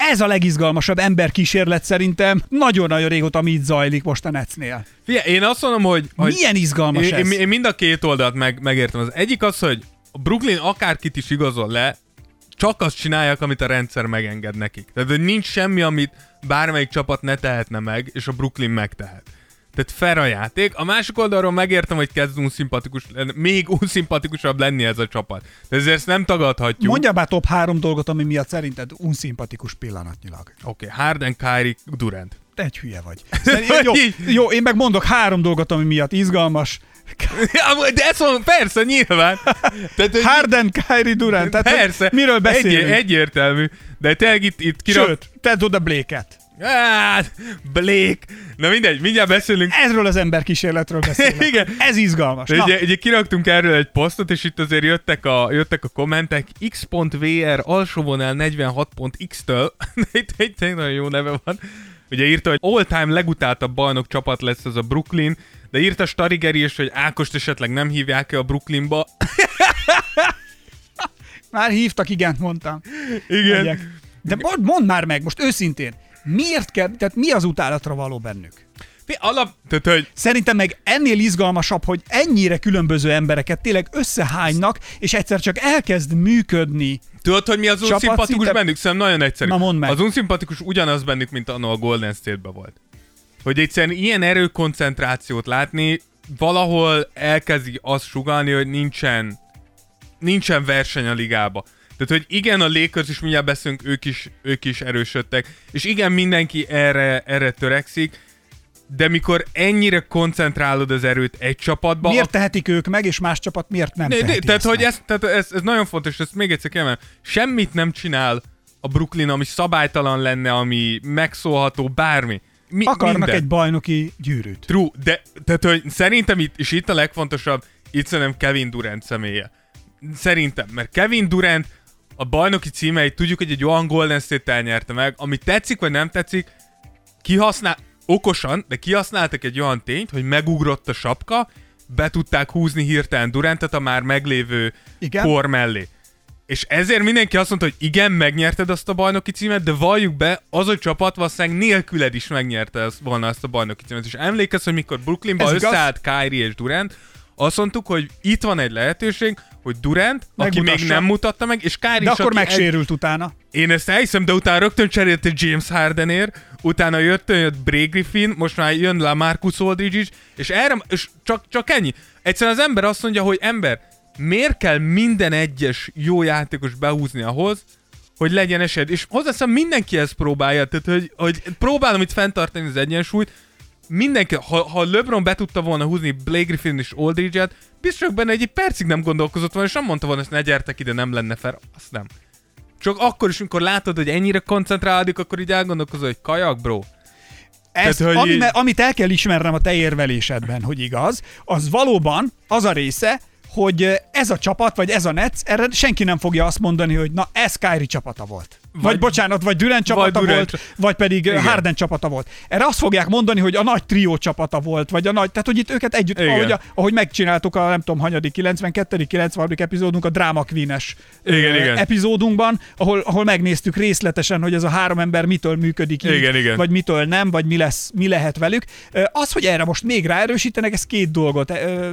Ez a legizgalmasabb emberkísérlet szerintem nagyon-nagyon régóta, ami itt zajlik most a Netsnél. Figyelj, én azt mondom, hogy milyen izgalmas ez? Én mind a két oldalt megértem. Az egyik az, hogy a Brooklyn akárkit is igazol le, csak azt csinálják, amit a rendszer megenged nekik. Tehát, hogy nincs semmi, amit bármelyik csapat ne tehetne meg, és a Brooklyn megtehet. Tehát fair a játék. A másik oldalról megértem, hogy kezd unszimpatikus, még unszimpatikusabb lenni ez a csapat. De ezért ezt nem tagadhatjuk. Mondjál már top 3 dolgot, ami miatt szerinted unszimpatikus pillanatnyilag. Oké, Harden, Kyrie, Durant. Te egy hülye vagy. Jó, én meg mondok 3 dolgot, ami miatt izgalmas. De ezt mondom, persze, nyilván. Tehát, Harden, Kyrie, Durant. Tehát, persze. Miről beszélünk? Egyértelmű. De tényleg itt Sőt, tedd oda Blake-et. Blake. Na mindegy, mindjárt beszélünk. Ezről az emberkísérletről beszélünk. Igen. Ez izgalmas. Ugye kiraktunk erről egy posztot, és itt azért jöttek a kommentek. x.vr alsóvonal 46.x-től. Itt nagyon jó neve van. Ugye írta, hogy all-time legutáltabb bajnok csapat lesz ez a Brooklyn, de írta Starigeri is, hogy Ákost esetleg nem hívják-e a Brooklynba. Már hívtak, igent mondtam. Igen. Megyek. De mondd már meg, most őszintén, miért kell, tehát mi az utálatra való bennük? Tehát, hogy... Szerintem meg ennél izgalmasabb, hogy ennyire különböző embereket tényleg összehánynak, és egyszer csak elkezd működni. Tudod, hogy mi az unszimpatikus bennük? Szerintem nagyon egyszerű. Na mondd meg. Az unszimpatikus ugyanaz bennük, mint anno a Golden State-ben volt. Hogy egyszerűen ilyen erőkoncentrációt látni, valahol elkezdi azt sugallni, hogy nincsen verseny a ligába. Tehát, hogy igen, a Lakers is mindjárt beszélünk, ők is erősödtek, és igen, mindenki erre törekszik, de mikor ennyire koncentrálod az erőt egy csapatba... Miért tehetik ők meg, és más csapat miért nem teheti Tehát, hogy meg? ez nagyon fontos, ezt még egyszer kiemelem. Semmit nem csinál a Brooklyn, ami szabálytalan lenne, ami megszólható, bármi. Akarnak minden. egy bajnoki gyűrűt. True, de tehát, hogy szerintem itt a legfontosabb, itt szerintem Kevin Durant személye. Szerintem, mert Kevin Durant a bajnoki címeit tudjuk, hogy egy olyan Golden State elnyerte meg, ami tetszik vagy nem tetszik, okosan, de kihasználtak egy olyan tényt, hogy megugrott a sapka, be tudták húzni hirtelen Durantet a már meglévő kor mellé. És ezért mindenki azt mondta, hogy igen, megnyerted azt a bajnoki címet, de valljuk be, az a csapat valószínűleg nélküled is megnyerte volna azt a bajnoki címet. És emlékezz, hogy mikor Brooklynba összeállt Kyrie és Durant, azt mondtuk, hogy itt van egy lehetőség, hogy Durant, aki még nem mutatta meg, és Kyrie de is, akkor megsérült utána. Én ezt elhiszem, de utána rögtön cserélte James Hardenért, utána jött Blake Griffin, most már jön LaMarcus Aldridge is, és csak ennyi. Egyszerűen az ember azt mondja, hogy miért kell minden egyes jó játékos behúzni ahhoz, hogy legyen esély? És hozzáteszem, mindenki ezt próbálja, tehát hogy próbálom itt fenntartani az egyensúlyt, mindenki, ha LeBron be tudta volna húzni Blake Griffin és Aldridge-et, biztos benne egy percig nem gondolkozott volna, és nem mondta volna, hogy ne gyertek ide, nem lenne fair, azt nem. Csak akkor is, amikor látod, hogy ennyire koncentrálódik, akkor így elgondolkozol, hogy kajak, bro. Ezt, amit el kell ismernem a te érvelésedben, hogy igaz, az valóban az a része, hogy ez a csapat, vagy ez a Nets, erre senki nem fogja azt mondani, hogy na, ez Kyrie csapata volt. Vagy Durant csapata volt, vagy pedig igen. Harden csapata volt. Erre azt fogják mondani, hogy a nagy trió csapata volt, vagy tehát hogy itt őket együtt, ahogy megcsináltuk a nem tudom, hanyadik, 92. 93. epizódunk, a Drama Queen-es epizódunkban, ahol megnéztük részletesen, hogy ez a 3 ember mitől működik így, vagy mitől nem, vagy mi lehet velük. Az, hogy erre most még ráerősítenek, ez 2 dolgot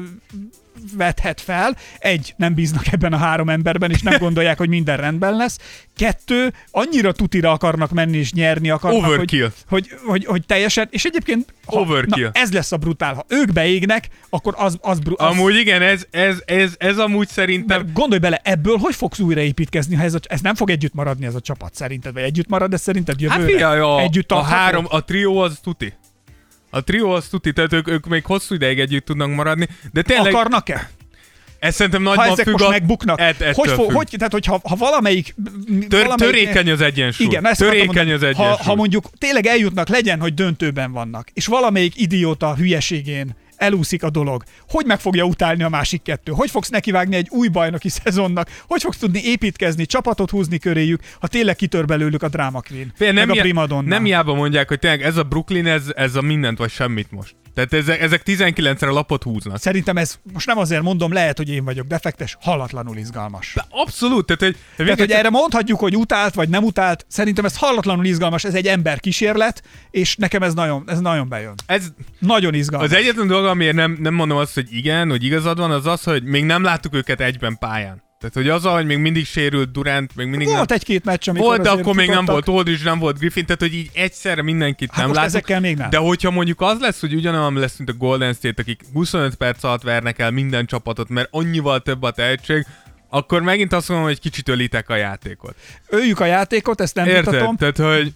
vethet fel. 1, nem bíznak ebben a 3 emberben, és nem gondolják, hogy minden rendben lesz. 2, annyira tutira akarnak menni, és nyerni akarnak, hogy teljesen, és egyébként ez lesz a brutál. Ha ők beégnek, akkor az amúgy igen, ez amúgy szerintem... Mert gondolj bele, ebből hogy fogsz újraépítkezni, ha ez nem fog együtt maradni ez a csapat szerinted, vagy együtt marad, de szerinted jövőre? Együtt a trió az tuti. A trió az tuti, tehát ők még hosszú ideig együtt tudnak maradni, de tényleg... Akarnak-e? Ez szerintem nagyban ezek most megbuknak, tehát hogyha valamelyik... Törékeny az egyensúly. Igen, törékeny az egyensúly. Ha mondjuk tényleg eljutnak, legyen, hogy döntőben vannak, és valamelyik idióta hülyeségén elúszik a dolog, hogy meg fogja utálni a másik 2? Hogy fogsz nekivágni egy új bajnoki szezonnak? Hogy fogsz tudni építkezni, csapatot húzni köréjük, ha tényleg kitör belőlük a Drama Queen, meg a primadonna? Nem hiába mondják, hogy tényleg ez a Brooklyn, ez a mindent vagy semmit most. Tehát ezek 19-re lapot húznak. Szerintem ez, most nem azért mondom, lehet, hogy én vagyok defektes, hallatlanul izgalmas. De abszolút. Tehát, hogy erre mondhatjuk, hogy utált vagy nem utált, szerintem ez hallatlanul izgalmas, ez egy ember kísérlet, és nekem ez nagyon bejön. Ez nagyon izgalmas. Az egyetlen dolog, amiért nem mondom azt, hogy igen, hogy igazad van, az az, hogy még nem láttuk őket egyben pályán. Tehát, hogy az, hogy még mindig sérült Durant, még mindig volt egy-két meccs, amikor volt, de akkor még nem volt Aldridge, nem volt Griffin, tehát, hogy így egyszerre mindenkit nem látunk. Ezekkel még nem. De hogyha mondjuk az lesz, hogy ugyanolyan lesz, mint a Golden State, akik 25 perc alatt vernek el minden csapatot, mert annyival több a tehetség, akkor megint azt mondom, hogy kicsit ölitek a játékot. Öljük a játékot, ezt nem mutatom. Tehát, hogy...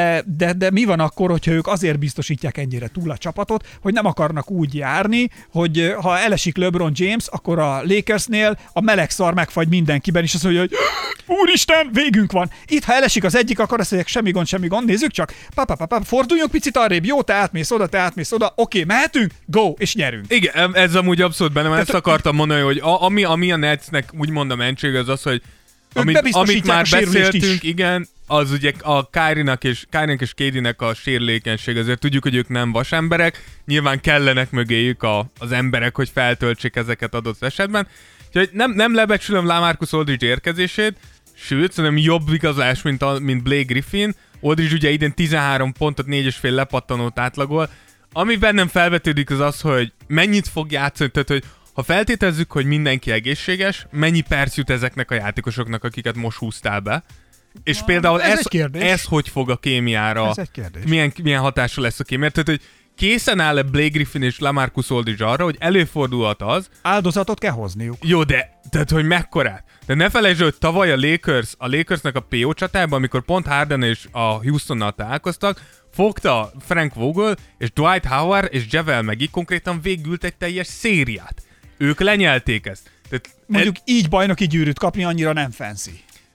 De mi van akkor, hogyha ők azért biztosítják ennyire túl a csapatot, hogy nem akarnak úgy járni, hogy ha elesik LeBron James, akkor a Lakersnél a meleg szar megfagy mindenkiben, és azt mondja, hogy úristen, végünk van. Itt, ha elesik az egyik, akkor azt mondják, semmi gond, nézzük csak. Forduljunk picit arrébb, jó, te átmész oda, oké, mehetünk, go, és nyerünk. Igen, ez amúgy abszolút benne, mert ezt akartam mondani, hogy ami a Netsnek úgymond a mentség az, hogy amit már beszéltünk, igen, az ugye a Kyrie-nak és KD-nek a sérülékenység, azért tudjuk, hogy ők nem vasemberek, nyilván kellenek mögéjük az emberek, hogy feltöltsék ezeket adott esetben. Úgyhogy nem lebecsülöm LaMarcus Aldridge érkezését, sőt, szerintem jobb igazolás, mint Blake Griffin. Aldridge ugye idén 13 pontot, 4,5 lepattanót átlagol. Ami bennem felvetődik az, hogy mennyit fog játszani, tehát hogy ha feltételezzük, hogy mindenki egészséges, mennyi perc jut ezeknek a játékosoknak, akiket most húztál be? És például ez hogy fog a kémiára, milyen hatása lesz a kémiára? Tehát, hogy készen áll-e Blake Griffin és LaMarcus Aldridge arra, hogy előfordulhat az... Áldozatot kell hozniuk. Jó, de tehát, hogy mekkorát? De ne felejtsd, hogy tavaly a Lakersnek a PO csatában, amikor pont Harden és a Houstonnal találkoztak, fogta Frank Vogel és Dwight Howard és Javel McGee konkrétan végült egy teljes szériát. Ők lenyelték ezt. Tehát mondjuk így bajnoki gyűrűt kapni annyira nem fancy.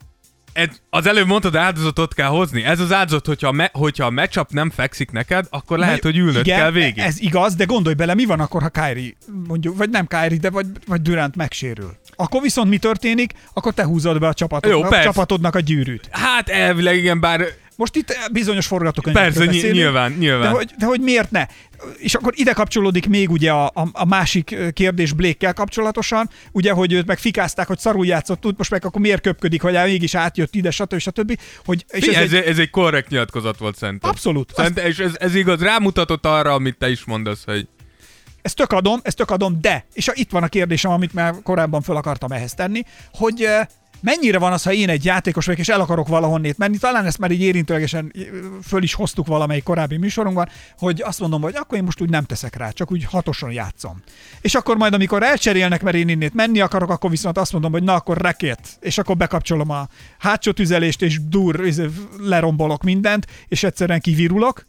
Az előbb mondtad, áldozatot kell hozni. Ez az áldozat, hogyha a matchup nem fekszik neked, akkor lehet, hogy ülnöd kell végig. Ez igaz, de gondolj bele, mi van akkor, ha Kyrie, mondjuk, vagy nem Kyrie, de vagy Durant megsérül. Akkor viszont mi történik? Akkor te húzod be a csapatodnak a gyűrűt. Hát elvileg igen, bár... Most itt bizonyos forgatókönyvekről beszélünk. Nyilván. De hogy miért ne? És akkor ide kapcsolódik még ugye a másik kérdés Blake-kel kapcsolatosan, ugye, hogy őt meg fikázták, hogy szarul játszott, most meg akkor miért köpködik, hogy mégis átjött ide, stb. Ez egy korrekt nyilatkozat volt szerintem. Abszolút. És ez igaz, rámutatott arra, amit te is mondasz, hogy... Ezt tök adom, de, és itt van a kérdésem, amit már korábban fel akartam ehhez tenni, hogy mennyire van az, ha én egy játékos vagyok, és el akarok valahonnét menni, talán ezt már így érintőlegesen föl is hoztuk valamelyik korábbi műsorunkban, hogy azt mondom, hogy akkor én most úgy nem teszek rá, csak úgy hatosan játszom. És akkor majd, amikor elcserélnek, mert én innét menni akarok, akkor viszont azt mondom, hogy na akkor rekét, és akkor bekapcsolom a hátsó tüzelést, és lerombolok mindent, és egyszerűen kivirulok.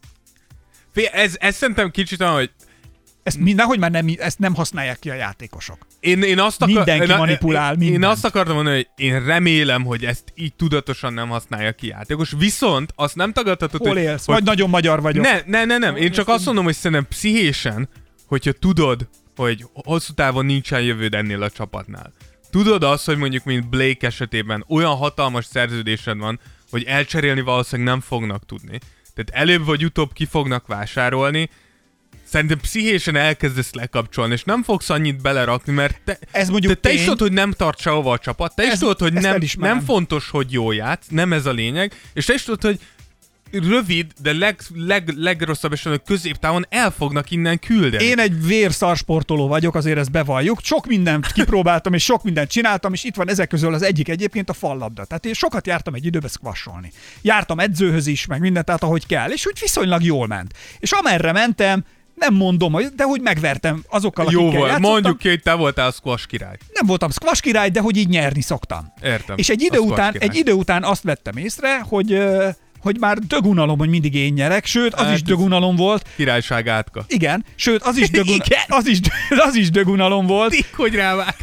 Ez szerintem kicsit olyan, hogy ezt mindenhogy már ezt nem használják ki a játékosok. Mindenki manipulál mindent. Én azt akartam mondani, hogy én remélem, hogy ezt így tudatosan nem használja ki játékos, viszont azt nem tagadhatod, hol élsz? Vagy nagyon magyar vagyok. Nem. Én csak azt mondom, hogy szerintem pszichésen, hogyha tudod, hogy hosszú távon nincsen jövőd ennél a csapatnál. Tudod azt, hogy mondjuk, mint Blake esetében olyan hatalmas szerződésed van, hogy elcserélni valószínűleg nem fognak tudni. Tehát előbb vagy utóbb ki fognak vásárolni. Szerintem pszichésen elkezdesz lekapcsolni, és nem fogsz annyit belerakni, mert te is tudod, hogy nem tart sehova a csapat, te is tudod, hogy nem fontos, hogy jól játsz, nem ez a lényeg, és te is tudod, hogy rövid, de legrosszabb esetben középtávon el fognak innen küldeni. Én egy vérszar sportoló vagyok, azért ezt bevalljuk. Sok mindent kipróbáltam, és sok mindent csináltam, és itt van ezek közül az egyik egyébként a fallabda. Tehát én sokat jártam egy időbe squasholni. Jártam edzőhöz is, meg mindent, tehát ahogy kell, és úgy viszonylag jól ment. És amerre mentem, nem mondom, de hogy megvertem azokkal, akikkel játszottam. Mondjuk ki, hogy te voltál a squash király. Nem voltam squash király, de hogy így nyerni szoktam. Értem. És egy idő után azt vettem észre, hogy már dögunalom, hogy mindig én nyerek, sőt, az is dögunalom volt. Királyság átka. Igen, sőt, az is dögunalom volt. Hogy rávágtam.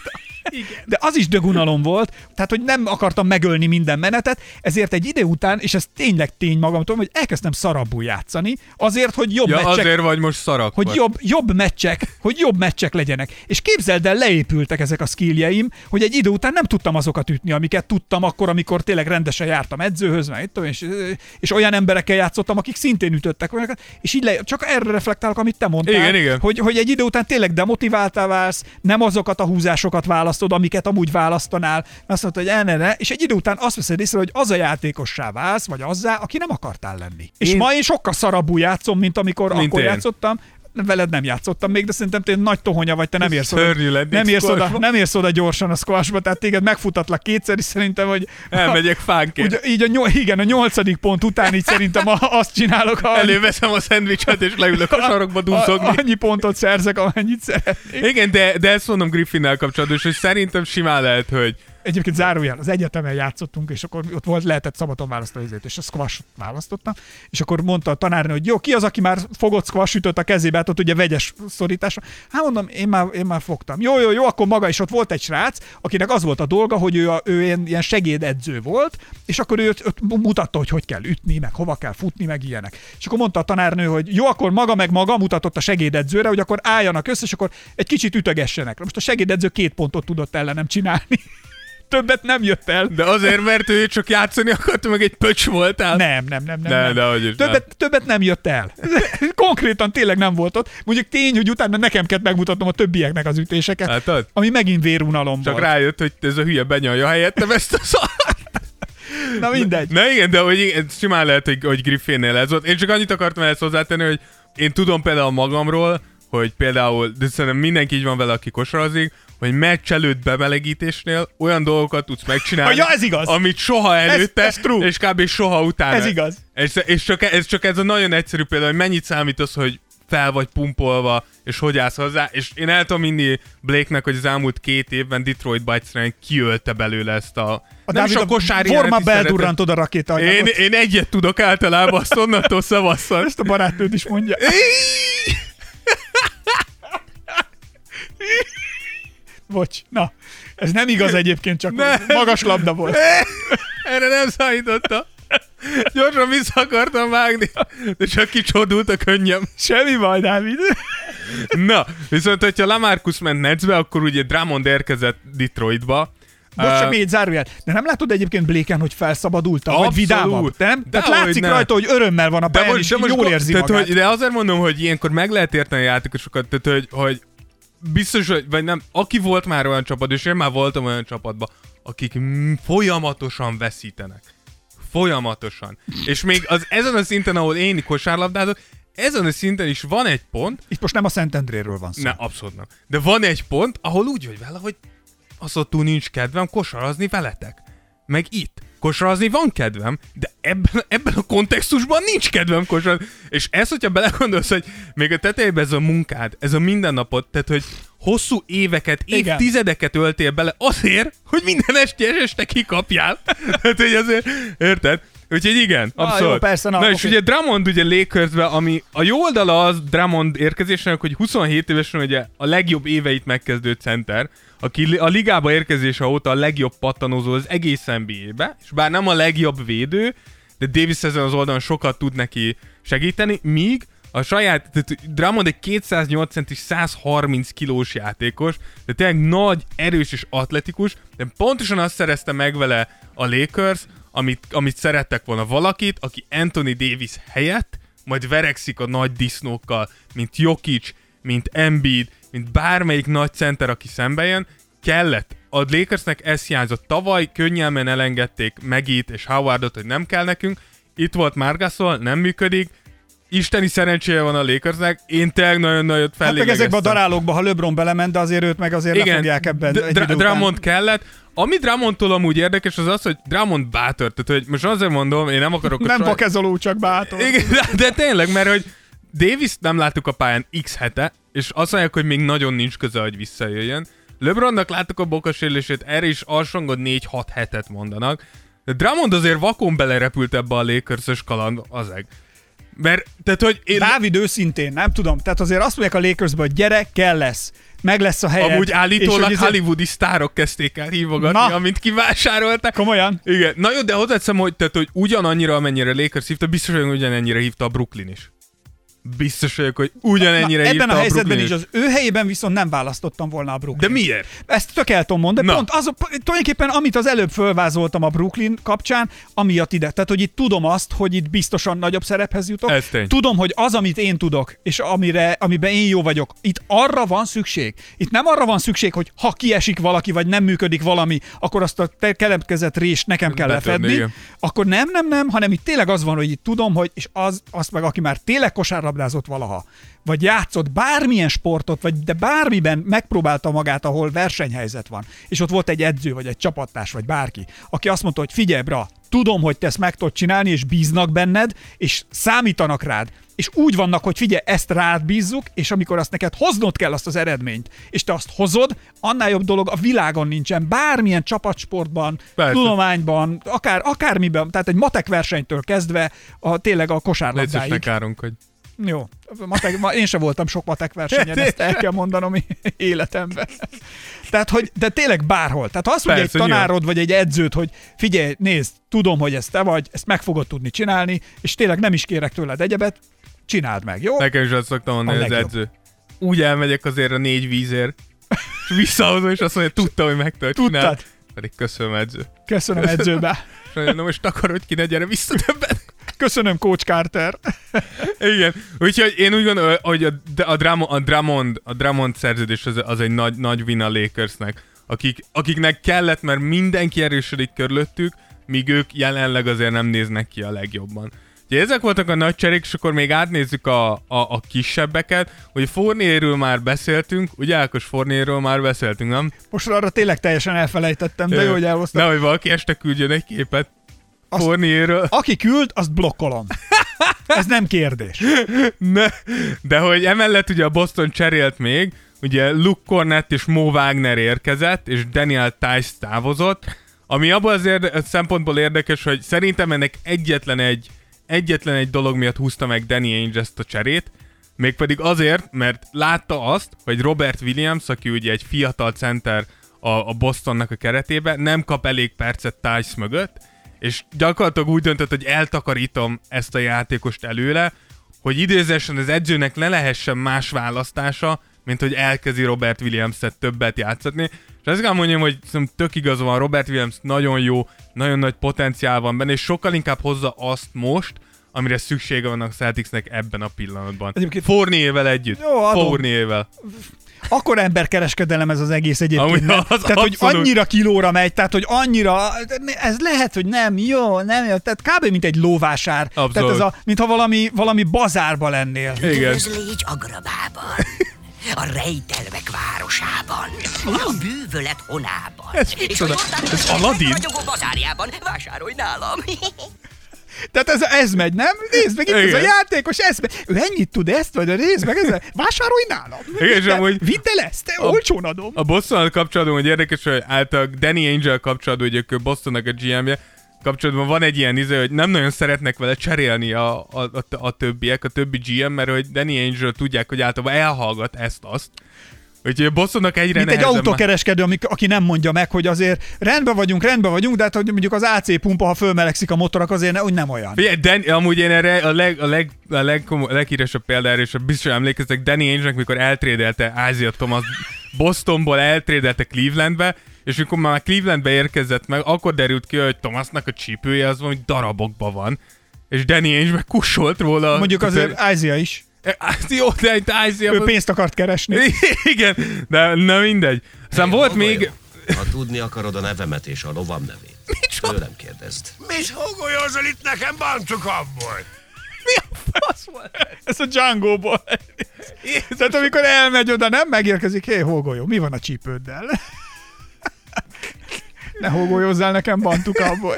De az is dögunalom volt, tehát hogy nem akartam megölni minden menetet, ezért egy idő után, és ez tényleg tény magamtól, hogy elkezdtem szarabbul játszani, azért, hogy jobb meccsek... azért vagy most szarak. Hogy jobb meccsek legyenek. És képzeld el, leépültek ezek a skilljeim, hogy egy idő után nem tudtam azokat ütni, amiket tudtam akkor, amikor tényleg rendesen jártam edzőhöz, és olyan emberekkel játszottam, akik szintén ütöttek olyanokat, és így csak erre reflektálok, amit te mondtál, igen. Hogy egy idő után tényleg demotiváltál válsz, nem azokat a húzásokat választod, amiket amúgy választanál, azt mondod, hogy ne, és egy idő után azt veszed észre, hogy az a játékossá válsz, vagy azzá, aki nem akartál lenni. És ma én sokkal szarabbul játszom, mint amikor akkor játszottam. Veled nem játszottam még, de szerintem te nagy tohonya vagy, te nem érsz oda gyorsan a squashba, tehát téged megfutatlak kétszer, és szerintem, hogy... Elmegyek fánként. Így a 8. pont után így szerintem azt csinálok, előveszem a szendvicset, és leülök a sarokba dúszogni. Annyi pontot szerzek, amennyit szeretnék. Igen, de ezt mondom Griffinnel kapcsolatban, és szerintem simán lehet, hogy egyébként zárójel, az egyetemen játszottunk, és akkor ott lehetett szabadon választani ezért, és a squash választottam, és akkor mondta a tanárnő, hogy jó, ki az, aki már fogott squash ütött a kezébe, hát ott ugye vegyes szorításra. Hát mondom, én már fogtam. Jó, akkor maga is ott volt egy srác, akinek az volt a dolga, hogy ő ilyen segédedző volt, és akkor ő mutatta, hogy kell ütni, meg hova kell futni, meg ilyenek. És akkor mondta a tanárnő, hogy jó, akkor maga mutatott a segédedzőre, hogy akkor álljanak össze, és akkor egy kicsit ütögessenek. Most a segédedző 2 pontot tudott ellenem csinálni. Többet nem jött el. De azért, mert ő csak játszani akart, meg egy pöcs voltál. Nem. Többet nem jött el. Konkrétan tényleg nem volt ott. Mondjuk tény, hogy utána nekem kellett megmutatnom a többieknek az ütéseket, látod? Ami megint vérunalom csak volt. Rájött, hogy ez a hülye benyalja helyettem ezt a szart. Na mindegy. Na igen, de hogy simán lehet, hogy Griffinnél ez volt. Én csak annyit akartam ezt hozzátenni, hogy én tudom például magamról, hogy például, de szerintem mindenki így van vele, aki kosarazik, hogy meccs előtt bemelegítésnél olyan dolgokat tudsz megcsinálni, ez igaz. amit soha előtte, ez true. és kb. Soha utána. Ez igaz. És csak ez a nagyon egyszerű példa, hogy mennyit számít az, hogy fel vagy pumpolva, és hogy állsz hozzá, és én el tudom inni Blake-nek, hogy az elmúlt 2 évben Detroit Bite-en kiölte belőle ezt a nem is a kosár forma beldurrantod a rakétaanyagot. Én egyet tudok általában, azt onnantól szavasszal. Ezt a barátnőd is mondja. Bocs, na, ez nem igaz egyébként, csak magas labda volt. Erre nem számítottam. Gyorsan vissza akartam vágni, de csak kicsordult a könnyem. Semmi baj, Dávid. Na, viszont hogyha Lamarcus ment Netsbe, akkor ugye Drummond érkezett Detroitba. Bocs, csak még egy zárójel. De nem látod egyébként Blake-en, hogy felszabadultam, vagy vidámabb? Tehát látszik rajta, hogy örömmel van a pályán, és jól érzi magát. De azért mondom, hogy ilyenkor meg lehet érteni a játékosokat, tehát hogy biztos, vagy nem, aki volt már olyan csapat, és én már voltam olyan csapatban, akik folyamatosan veszítenek. Folyamatosan. És még ezen a szinten, ahol én kosárlabdázok, ezen a szinten is van egy pont. Itt most nem a Szentendréről van szó. Ne, abszolút nem. De van egy pont, ahol úgy vagy vele, hogy azóttul nincs kedvem kosarazni veletek. Meg itt. Kosarazni van kedvem, de ebben a kontextusban nincs kedvem kosarazni. És ez, hogyha belegondolsz, hogy még a tetejében ez a munkád, ez a mindennapot, tehát, hogy hosszú éveket, évtizedeket öltél bele azért, hogy minden este kikapjál. Tehát, hogy azért, érted? Úgyhogy igen, abszolút. Jó, persze, na és ugye Drummond ugye Lakersbe, ami a jó oldala az Drummond érkezésének, hogy 27 évesen ugye a legjobb éveit megkezdő center, aki a ligába érkezése óta a legjobb pattanozó az egész NBA-be, és bár nem a legjobb védő, de Davis ezen az oldalon sokat tud neki segíteni, míg a saját, tehát Drummond egy 208 centis, 130 kilós játékos, de tényleg nagy, erős és atletikus, de pontosan azt szerezte meg vele a Lakers, amit szerettek volna valakit, aki Anthony Davis helyett majd verekszik a nagy disznókkal, mint Jokic, mint Embiid, mint bármelyik nagy center, aki szembe jön, kellett. A Lakersnek ez hiányzott. Tavaly könnyelmen elengedték Megit és Howardot, hogy nem kell nekünk. Itt volt Marc Gasol, nem működik. Isteni szerencséje van a Lakersnek. Én tényleg nagyon nagyot fellélegeztem. Hát meg ezekben a darálókban, ha LeBron belement, de azért őt meg azért le fogják ebben egy idő után. Drummond kellett. Ami Drummondtól amúgy érdekes, az, hogy Drummond bátor. Tehát, hogy most azért mondom, én nem akarok... nem vakezoló, csak bátor. Igen, de tényleg, mert hogy Davis nem láttuk a pályán x hete, és azt mondják, hogy még nagyon nincs köze, hogy visszajöjjön. LeBronnak láttuk a bokasérülését, erre is alsongod 4-6 hetet mondanak. De Drummond azért vakon belerepült ebbe a Lakers-ös kaland, azeg. Mert, tehát, hogy Dávid őszintén, nem tudom, tehát azért azt mondják a Lakersben, hogy gyere, kell lesz. meg lesz a helyed. Amúgy állítólag hollywoodi sztárok kezdték el hívogatni, amint kivásárolták. Komolyan? Igen. Na jó, de hozzáteszem, hogy ugyanannyira, amennyire Lakers hívta, biztos vagyok, hogy ugyanennyire hívta a Brooklyn is. Biztos vagyok, hogy ugyanennyire hívta a Brooklyn. Ebben a helyzetben is az ő helyében viszont nem választottam volna a Brooklyn. De miért? Ezt tök el tudom mondani. Pont az, tulajdonképpen amit az előbb fölvázoltam a Brooklyn kapcsán, amiatt ide. Tehát, hogy itt tudom azt, hogy itt biztosan nagyobb szerephez jutok. Tudom, hogy az, amit én tudok, és amiben én jó vagyok, itt arra van szükség. Itt nem arra van szükség, hogy ha kiesik valaki, vagy nem működik valami, akkor azt a keletkezett rést nekem kell lefedni. Igen. Akkor nem, hanem itt tényleg az van, hogy itt tudom, hogy és azt meg, aki már tényleg kosárlabdázott valaha, vagy játszott bármilyen sportot, de bármiben megpróbálta magát, ahol versenyhelyzet van, és ott volt egy edző, vagy egy csapattárs, vagy bárki, aki azt mondta, hogy figyelj, bra, tudom, hogy te ezt meg tudod csinálni, és bíznak benned, és számítanak rád, és úgy vannak, hogy figyelj, ezt rád bízzuk, és amikor azt neked hoznod kell azt az eredményt, és te azt hozod, annál jobb dolog a világon nincsen, bármilyen csapatsportban, tudományban, akármiben, tehát egy matek versenytől kezdve tényleg a kosárlabdáig. Légy kárunk, hogy... Jó, én sem voltam sok matek versenyen, ezt el kell mondanom életemben. Tehát, de tényleg bárhol. Tehát ha azt mondja egy tanárod, vagy egy edződ, hogy figyelj, nézd, tudom, hogy ez te vagy, ezt meg fogod tudni csinálni, és tényleg nem is kérek tőled egyebet, csináld meg, jó? Nekem is azt szoktam mondani az edző. Úgy elmegyek azért a 4 vízért, és visszahozom, és azt mondja, tudta, hogy meg tudod csinálni. Pedig köszönöm, edző. Köszönöm, edzőbe. Na most takarodj ki, ne gyere vissza többet. Köszönöm, Coach Carter. Igen, úgyhogy én úgy gondolom, hogy a Drummond szerződés az egy nagy win a Lakersnek, akiknek kellett, mert mindenki erősödik körülöttük, míg ők jelenleg azért nem néznek ki a legjobban. Ugye ezek voltak a nagy cserék, és akkor még átnézzük a kisebbeket, hogy Fournierről már beszéltünk, ugye Ákos, Fournierről már beszéltünk, nem? Most arra tényleg teljesen elfelejtettem, de jó, hogy elhoztam. Nehogy valaki este küldjön egy képet. Fournierről. Aki küld, azt blokkolom. Ez nem kérdés. De hogy emellett ugye a Boston cserélt még, ugye Luke Cornett és Mo Wagner érkezett, és Daniel Tice távozott, ami abban azért szempontból érdekes, hogy szerintem ennek egyetlen egy dolog miatt húzta meg Danny Ainge ezt a cserét, mégpedig azért, mert látta azt, hogy Robert Williams, aki ugye egy fiatal center a Bostonnak a keretében, nem kap elég percet Tice mögött, és gyakorlatilag úgy döntött, hogy eltakarítom ezt a játékost előle, hogy idézésen az edzőnek ne lehessen más választása, mint hogy elkezdi Robert Williams-et többet játszatni. És ezt kell mondjam, hogy tök igaz van, Robert Williams nagyon jó, nagyon nagy potenciál van benne, és sokkal inkább hozza azt most, amire szüksége van a Celticsnek ebben a pillanatban. Fourniervel együtt. Fourniervel. Akkor emberkereskedelem ez az egész egyébként. Tehát, hogy annyira kilóra megy, tehát, hogy annyira, ez lehet, hogy nem jó, tehát kb. Mint egy lóvásár. Abszolút. Tehát ez mintha valami bazárba lennél. Üdvözlégy Agrabában, a rejtelmek városában, a bűvölet honában. És ez Aladdin? a bazárjában, vásárolj nálam. Tehát ez megy, nem? Nézd meg, itt ez a játékos, ez megy. Ő ennyit tud ezt, vagy nézd meg, ezzel vásárolj nálam. Vidd el ezt, te olcsón adom. A Bostonnal kapcsolatban, hogy érdekes, hogy által Danny Ainge-el kapcsolatban, hogy ők Bostonnak a GM-je, kapcsolatban van egy ilyen hogy nem nagyon szeretnek vele cserélni a többiek, a többi GM, mert hogy Danny Ainge-ről tudják, hogy általában elhallgat ezt-azt. Úgyhogy a Bostonnak egyre mint egy autókereskedő, aki nem mondja meg, hogy azért rendben vagyunk, de hát hogy mondjuk az AC pumpa, ha fölmelegszik a motorok, azért úgy nem olyan. Amúgy én erre a leghíresebb példára, és biztosan emlékeztek, Danny Ainge-nek, mikor eltrédelte Isaiah Thomas Bostonból eltrédelte Clevelandbe, és mikor már Clevelandbe érkezett meg, akkor derült ki, hogy Thomasnak a csípője az valami darabokban van, és Danny Ainge meg kussolt róla. Mondjuk azért Isaiah is. Jó, de itt Isaiah... Ő pénzt akart keresni. Igen, de na mindegy. Aztán volt még... Ha tudni akarod a nevemet és a lovam nevét, tőlem kérdezd. Mit hógolyozol itt nekem Bantukabból? Mi a fasz volt? Ez a Django-ból. Tehát amikor elmegy oda, nem megérkezik, hé, hógolyó, mi van a csípőddel? Ne hógolyozzál nekem Bantukabból.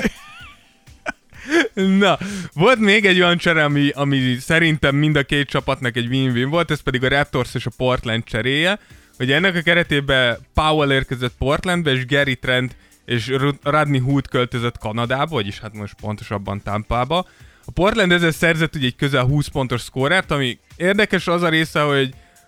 Na, volt még egy olyan csere, ami szerintem mind a két csapatnak egy win-win volt, ez pedig a Raptors és a Portland cseréje. Ugye ennek a keretében Powell érkezett Portlandbe, és Gary Trent és Rodney Hood költözött Kanadába, vagyis hát most pontosabban Tampába. A Portland ezzel szerzett ugye egy közel 20 pontos szkórert, ami érdekes az a része,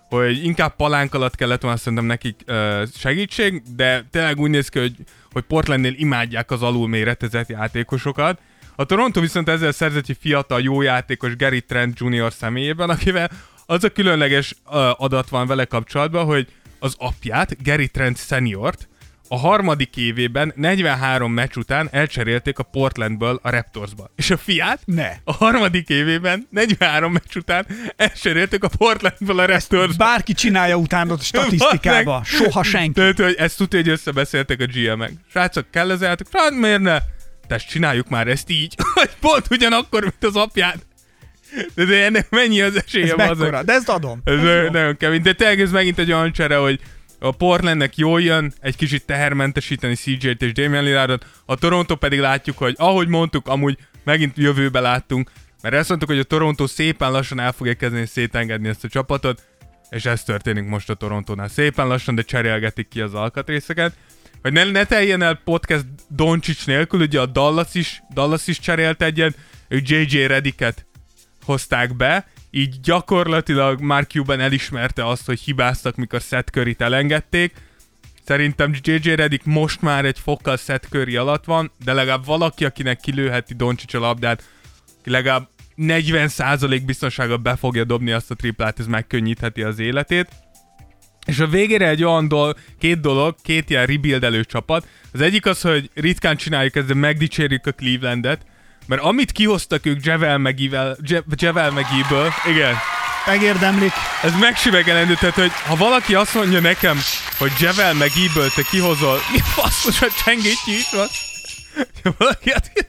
hogy inkább palánk alatt kellett volna szerintem nekik segítség, de tényleg úgy néz ki, hogy Portlandnél imádják az alulméretezett játékosokat. A Toronto viszont ezzel szerzett egy fiatal jó játékos Gary Trent Jr. személyében, akivel az a különleges adat van vele kapcsolatban, hogy az apját, Gary Trent Seniort a harmadik évében 43 meccs után elcserélték a Portlandből a Raptorsba. És a fiát a harmadik évében 43 meccs után elcserélték a Portlandből a Raptorsba. Bárki csinálja utána a statisztikába. Soha senki. Tehát, hogy ezt tudja, hogy összebeszéltek a GM-ek. Srácok, kell ez játék? Miért ne? Tehát csináljuk már ezt így, hogy pont ugyanakkor, mint az apját. De ennek mennyi az esélye? Ez mekkora? De ezt adom. Ez nagyon kemény. De tényleg ez megint egy olyan csere, hogy a Portlandnek jól jön egy kicsit tehermentesíteni CJ-t és Damian Lillardot, a Toronto pedig látjuk, hogy ahogy mondtuk, amúgy megint jövőbe láttunk, mert ezt mondtuk, hogy a Toronto szépen lassan el fogja kezdeni szétengedni ezt a csapatot, és ez történik most a Torontónál. Szépen lassan, de cserélgetik ki az alkatrészeket. Hogy ne teljen el podcast Doncic nélkül, ugye a Dallas is cserélt egyet, ők JJ Redicket hozták be, így gyakorlatilag Mark Cuban elismerte azt, hogy hibáztak, mikor Seth Curryt elengedték. Szerintem JJ Redick most már egy fokkal Seth Curry alatt van, de legalább valaki, akinek kilőheti Doncic a labdát, legalább 40% biztonsággal be fogja dobni azt a triplát, ez megkönnyítheti az életét. És a végére egy olyan két ilyen rebuildelő csapat. Az egyik az, hogy ritkán csináljuk ezt, de megdicsérjük a Clevelandet, mert amit kihoztak ők Javel McGee-ből, igen. Megérdemlik. Ez megsüvegelendő, tehát hogy ha valaki azt mondja nekem, hogy Javel McGee-ből te kihozol, mi faszos a csengettyű is van? Ha valaki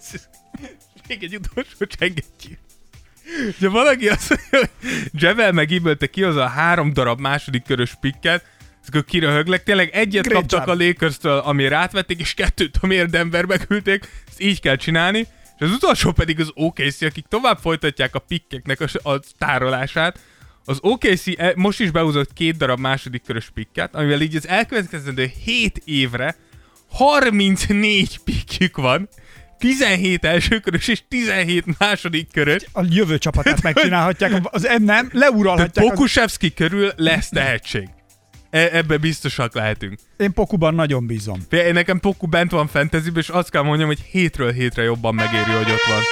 még egy utolsó csengettyű. Ha valaki azt mondja, hogy Javel McGee-ből te kihozol 3 darab második körös pikket, akkor kiröhöglek. Tényleg egyet kaptak a Lakers-től, amire átvették, és 2-t, amiért Denverbe küldték. Ezt így kell csinálni. És az utolsó pedig az OKC, akik tovább folytatják a pikkeknek a tárolását. Az OKC most is behúzott 2 darab második körös pikket, amivel így az elkövetkezendő 7 évre 34 pikkjük van. 17 elsőkörös és 17 második körös. A jövő csapatát megcsinálhatják, az nem, leuralhatják. Pokusevski körül lesz tehetség. Ebbe biztosak lehetünk. Én Pokuban nagyon bízom. Nekem Poku bent van fantasyben, és azt kell mondjam, hogy hétről hétre jobban megéri, hogy ott van.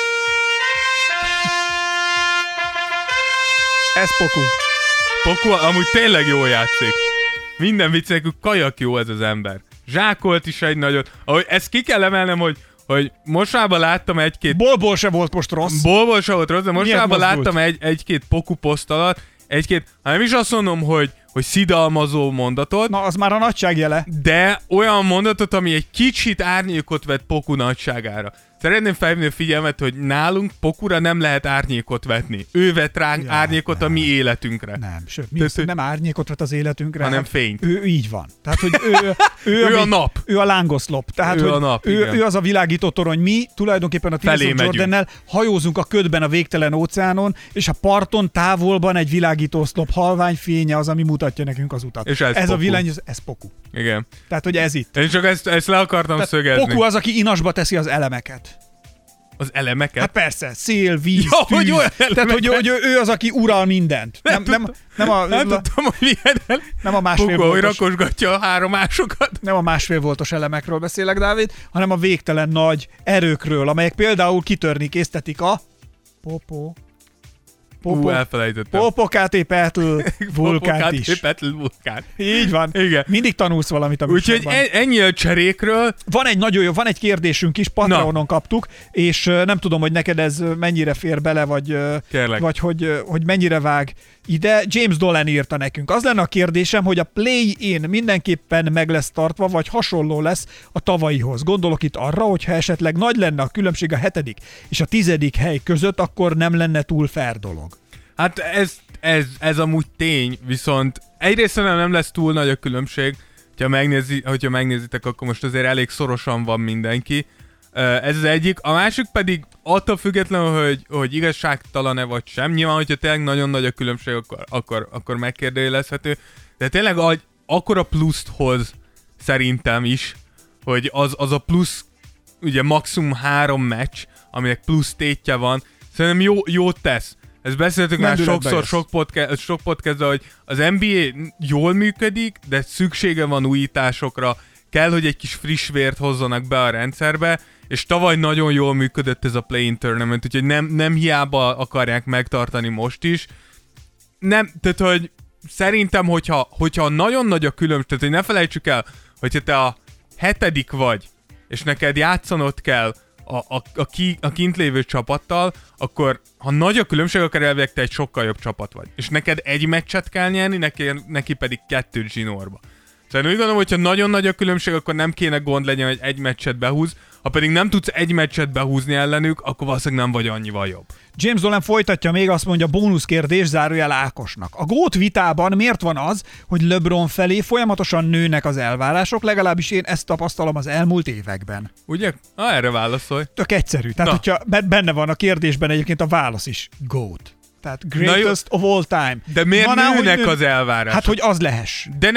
Ez Poku. Poku amúgy tényleg jól játszik. Minden viccnek, kajak jó ez az ember. Zsákolt is egy nagyot. Ahogy ezt ki kell emelnem, hogy mostában láttam egy-két... Bolból se volt most rossz. Bolból se volt rossz, de mostában láttam egy-két Poku poszt alatt, nem is azt mondom, hogy szidalmazó mondatot. Na, az már a nagyságjele. De olyan mondatot, ami egy kicsit árnyékot vet Poku nagyságára. Szeretném felhívni a figyelmet, hogy nálunk Pokura nem lehet árnyékot vetni. Ő vet ránk árnyékot a mi életünkre. Nem, sőt, nem árnyékot vet az életünkre, hanem fényt. Ő így van. Tehát, hogy ő a nap. Ő a lángoszlop. Tehát, ő a nap, ő az a világító torony. Mi tulajdonképpen a Tears of Jordannel hajózunk a ködben a végtelen óceánon, és a parton távolban egy világító szlop halvány fénye az, ami mutatja nekünk az utat. És ez a villány, ez Poku. Igen. Tehát, hogy ez itt. Én csak ezt le akartam szögezni. Poku az, aki inasba teszi az elemeket. Az elemeket? Hát persze, szél, víz, ja, tűz. Hogy tehát, hogy ő az, aki ural mindent. Nem tudtam, hogy milyen nem a másfél voltos. Hogy rakosgatja a 3 másokat. Nem a másfél voltos elemekről beszélek, Dávid, hanem a végtelen nagy erőkről, amelyek például kitörni késztetik a elfelejtettem. Popocatépetl vulkánt is. Vulkán. Így van. Igen. Mindig tanulsz valamit a műsorban. Úgyhogy ennyi a cserékről. Van egy nagyon jó, van egy kérdésünk is, Patreonon kaptuk, és nem tudom, hogy neked ez mennyire fér bele, vagy hogy mennyire vág ide. James Dolan írta nekünk. Az lenne a kérdésem, hogy a play-in mindenképpen meg lesz tartva, vagy hasonló lesz a tavalyihoz. Gondolok itt arra, hogyha esetleg nagy lenne a különbség a 7. és a 10. hely között, akkor nem lenne túl fair dolog. Hát ez amúgy tény, viszont egyrészt nem lesz túl nagy a különbség, hogyha megnézitek, akkor most azért elég szorosan van mindenki. Ez az egyik. A másik pedig attól függetlenül, hogy igazságtalan-e vagy sem. Nyilván, hogyha tényleg nagyon nagy a különbség, akkor megkérdőjelezhető. De tényleg akkora pluszt hoz szerintem is, hogy az a plusz, ugye maximum 3 meccs, aminek plusz tétje van, szerintem jót tesz. Ezt beszéltük már sokszor, sok podcastban, hogy az NBA jól működik, de szüksége van újításokra, kell, hogy egy kis friss vért hozzanak be a rendszerbe, és tavaly nagyon jól működött ez a play-in tournament, úgyhogy nem hiába akarják megtartani most is. Nem, tehát, hogy szerintem, hogyha nagyon nagy a különbség, tehát, hogy ne felejtsük el, hogyha te a 7. vagy, és neked játszanod kell a kint lévő csapattal, akkor ha nagy a különbség, akkor elvileg te egy sokkal jobb csapat vagy. És neked egy meccset kell nyerni, neki pedig 2 zsinórba. Szóval úgy gondolom, hogyha nagyon nagy a különbség, akkor nem kéne gond legyen, hogy egy meccset behúz. Ha pedig nem tudsz egy meccset behúzni ellenük, akkor valószínűleg nem vagy annyival jobb. James Dolan folytatja még, azt mondja, bónuszkérdés zárójel Ákosnak. A GOAT vitában miért van az, hogy LeBron felé folyamatosan nőnek az elvárások, legalábbis én ezt tapasztalom az elmúlt években. Ugye? Erre válaszolj. Tök egyszerű. Tehát, hogyha benne van a kérdésben egyébként a válasz is. GOAT. Tehát greatest of all time. De miért nőnek az elvárások? Hát, hogy az lehess. De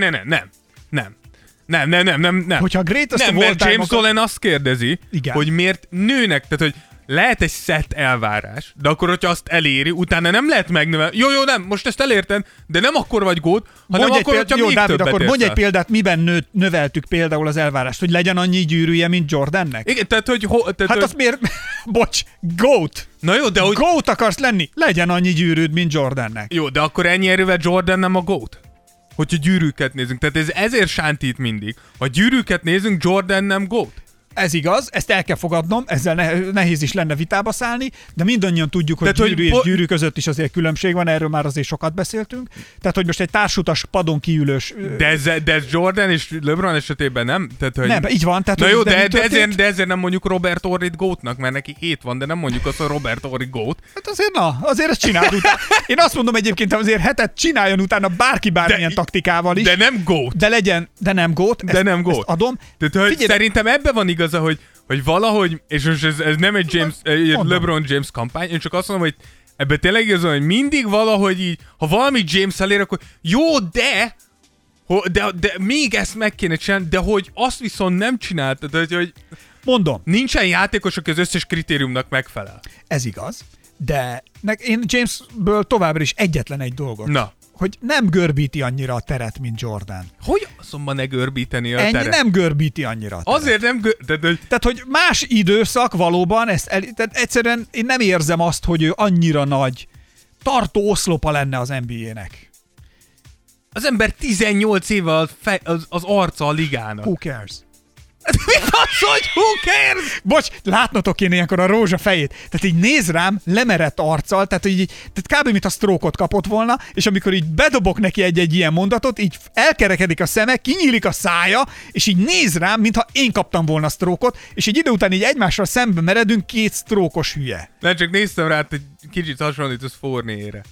nem. Hogyha a greatest nem, of all mert time... James Dolan azt kérdezi, igen, hogy miért nőnek, tehát, hogy lehet egy set elvárás, de akkor, hogyha azt eléri, utána nem lehet megnövelni. Jó, nem, most ezt elérted, de nem akkor vagy GOAT, hanem akkor, hogyha még Dávid, többet akkor mondj egy példát, miben növeltük például az elvárást, hogy legyen annyi gyűrűje, mint Jordannek? Igen, tehát, hogy... hát azt miért... Bocs, GOAT! Na jó, de hogy... GOAT akarsz lenni? Legyen annyi gyűrűd, mint Jordannek. Jó, de akkor ennyi erővel Jordan nem a GOAT? Hogyha gyűrűket nézünk. Tehát ez ezért sántít mindig. Ha gyűrűket nézünk, Jordan nem GOAT. Ez igaz, ezt el kell fogadnom, ezzel nehéz is lenne vitába szállni, de mindannyian tudjuk, hogy gyűrű és gyűrű között is azért különbség van, erről már azért sokat beszéltünk. Tehát, hogy most egy társutas padon kiülős... De ez Jordan és LeBron esetében nem? Tehát, hogy... Nem, így van. Tehát, na jó, de ezért nem mondjuk Robert Horryt GOAT-nak, mert neki 7 van, de nem mondjuk azt, hogy Robert Horry GOAT. Hát azért ezt csináld utána. Én azt mondom egyébként, azért 7 csináljon utána bárki bármilyen taktikával is. De nem GOAT. De nem GOAT. Ezt adom. Tehát, hogy szerintem ebben van igaza, hogy valahogy, és most ez nem egy LeBron James kampány, én csak azt mondom, hogy ebben tényleg igaz, hogy mindig valahogy így, ha valami James elér, akkor jó, de még ezt meg kéne csinálni, de hogy azt viszont nem csináltad, hogy mondom. Nincsen játékos, aki az összes kritériumnak megfelel. Ez igaz, de én Jamesből továbbra is egyetlen egy dolgot. Hogy nem görbíti annyira a teret, mint Jordan. Hogy azonban ne görbíteni a teret? Nem görbíti annyira a teret. Azért nem Tehát, hogy más időszak valóban, tehát egyszerűen én nem érzem azt, hogy ő annyira nagy tartó oszlopa lenne az NBA-nek. Az ember 18 éve az arca a ligának. Who cares? Mi az, hogy who cares? Bocs, látnotok kéne ilyenkor a rózsa fejét. Tehát így néz rám, lemerett arccal, tehát kb. Mint a sztrókot kapott volna, és amikor így bedobok neki egy ilyen mondatot, így elkerekedik a szeme, kinyílik a szája, és így néz rám, mintha én kaptam volna sztrókot, és egy idő után így egymással szembe meredünk, 2 sztrókos hülye. Nem, csak néztem rá, hogy kicsit hasonlítasz Fournier-re.